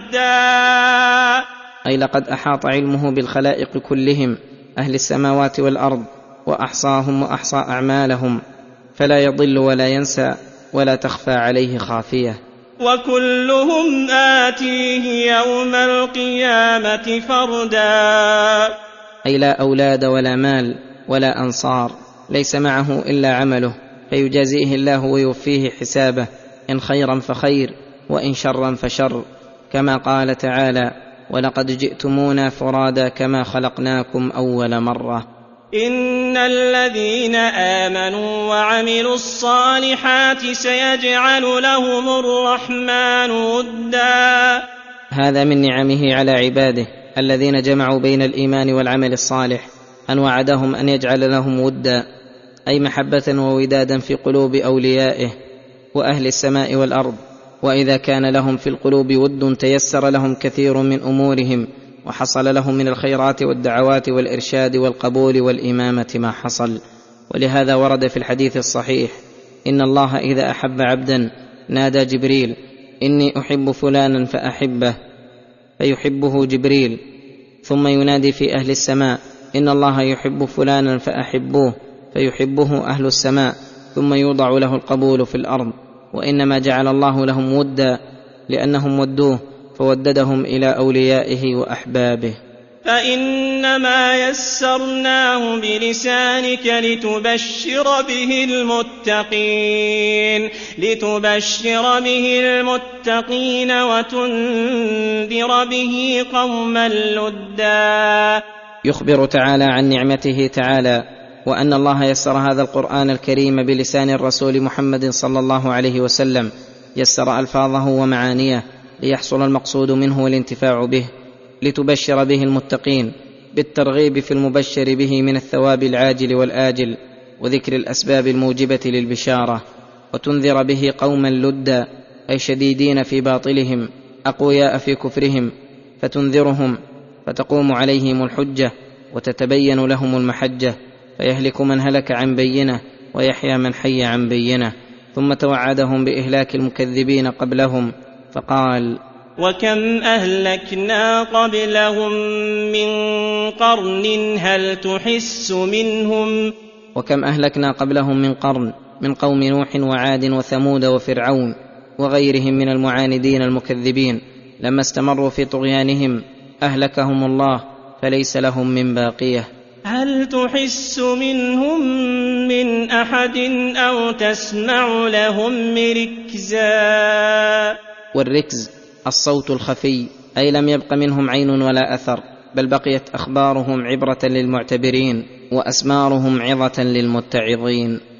عدا، أي لقد أحاط علمه بالخلائق كلهم أهل السماوات والأرض، وأحصاهم وأحصى أعمالهم، فلا يضل ولا ينسى ولا تخفى عليه خافية. وكلهم آتيه يوم القيامة فردا، أي لا أولاد ولا مال ولا أنصار، ليس معه إلا عمله، فيجازيه الله ويوفيه حسابه، إن خيرا فخير وإن شرا فشر، كما قال تعالى: ولقد جئتمونا فرادا كما خلقناكم أول مرة. إن الذين آمنوا وعملوا الصالحات سيجعل لهم الرحمن ودا. هذا من نعمه على عباده الذين جمعوا بين الإيمان والعمل الصالح، أن وعدهم أن يجعل لهم ودا، أي محبة وودادا في قلوب أوليائه وأهل السماء والأرض. وإذا كان لهم في القلوب ود تيسر لهم كثير من أمورهم، وحصل لهم من الخيرات والدعوات والإرشاد والقبول والإمامة ما حصل. ولهذا ورد في الحديث الصحيح: إن الله إذا أحب عبدا نادى جبريل: إني أحب فلانا فأحبه، فيحبه جبريل، ثم ينادي في أهل السماء: إن الله يحب فلانا فأحبوه، فيحبه أهل السماء، ثم يوضع له القبول في الأرض. وإنما جعل الله لهم ودا لأنهم ودوه، فوددهم إلى أوليائه وأحبابه. فإنما يسرناه بلسانك لتبشر به المتقين لتبشر به المتقين وتنذر به قوما لدا. يخبر تعالى عن نعمته تعالى، وأن الله يسر هذا القرآن الكريم بلسان الرسول محمد صلى الله عليه وسلم، يسر ألفاظه ومعانيه ليحصل المقصود منه والانتفاع به، لتبشر به المتقين بالترغيب في المبشر به من الثواب العاجل والآجل، وذكر الأسباب الموجبة للبشارة، وتنذر به قوما لدا، أي شديدين في باطلهم أقوياء في كفرهم، فتنذرهم فتقوم عليهم الحجة وتتبين لهم المحجة، فيهلك من هلك عن بينه ويحيى من حي عن بينه. ثم توعدهم بإهلاك المكذبين قبلهم فقال: وكم أهلكنا قبلهم من قرن هل تحس منهم. وكم أهلكنا قبلهم من قرن، من قوم نوح وعاد وثمود وفرعون وغيرهم من المعاندين المكذبين، لما استمروا في طغيانهم أهلكهم الله فليس لهم من باقية. هل تحس منهم من أحد أو تسمع لهم ركزا. والركز الصوت الخفي، أي لم يبق منهم عين ولا أثر، بل بقيت أخبارهم عبرة للمعتبرين وأسمارهم عظة للمتعظين.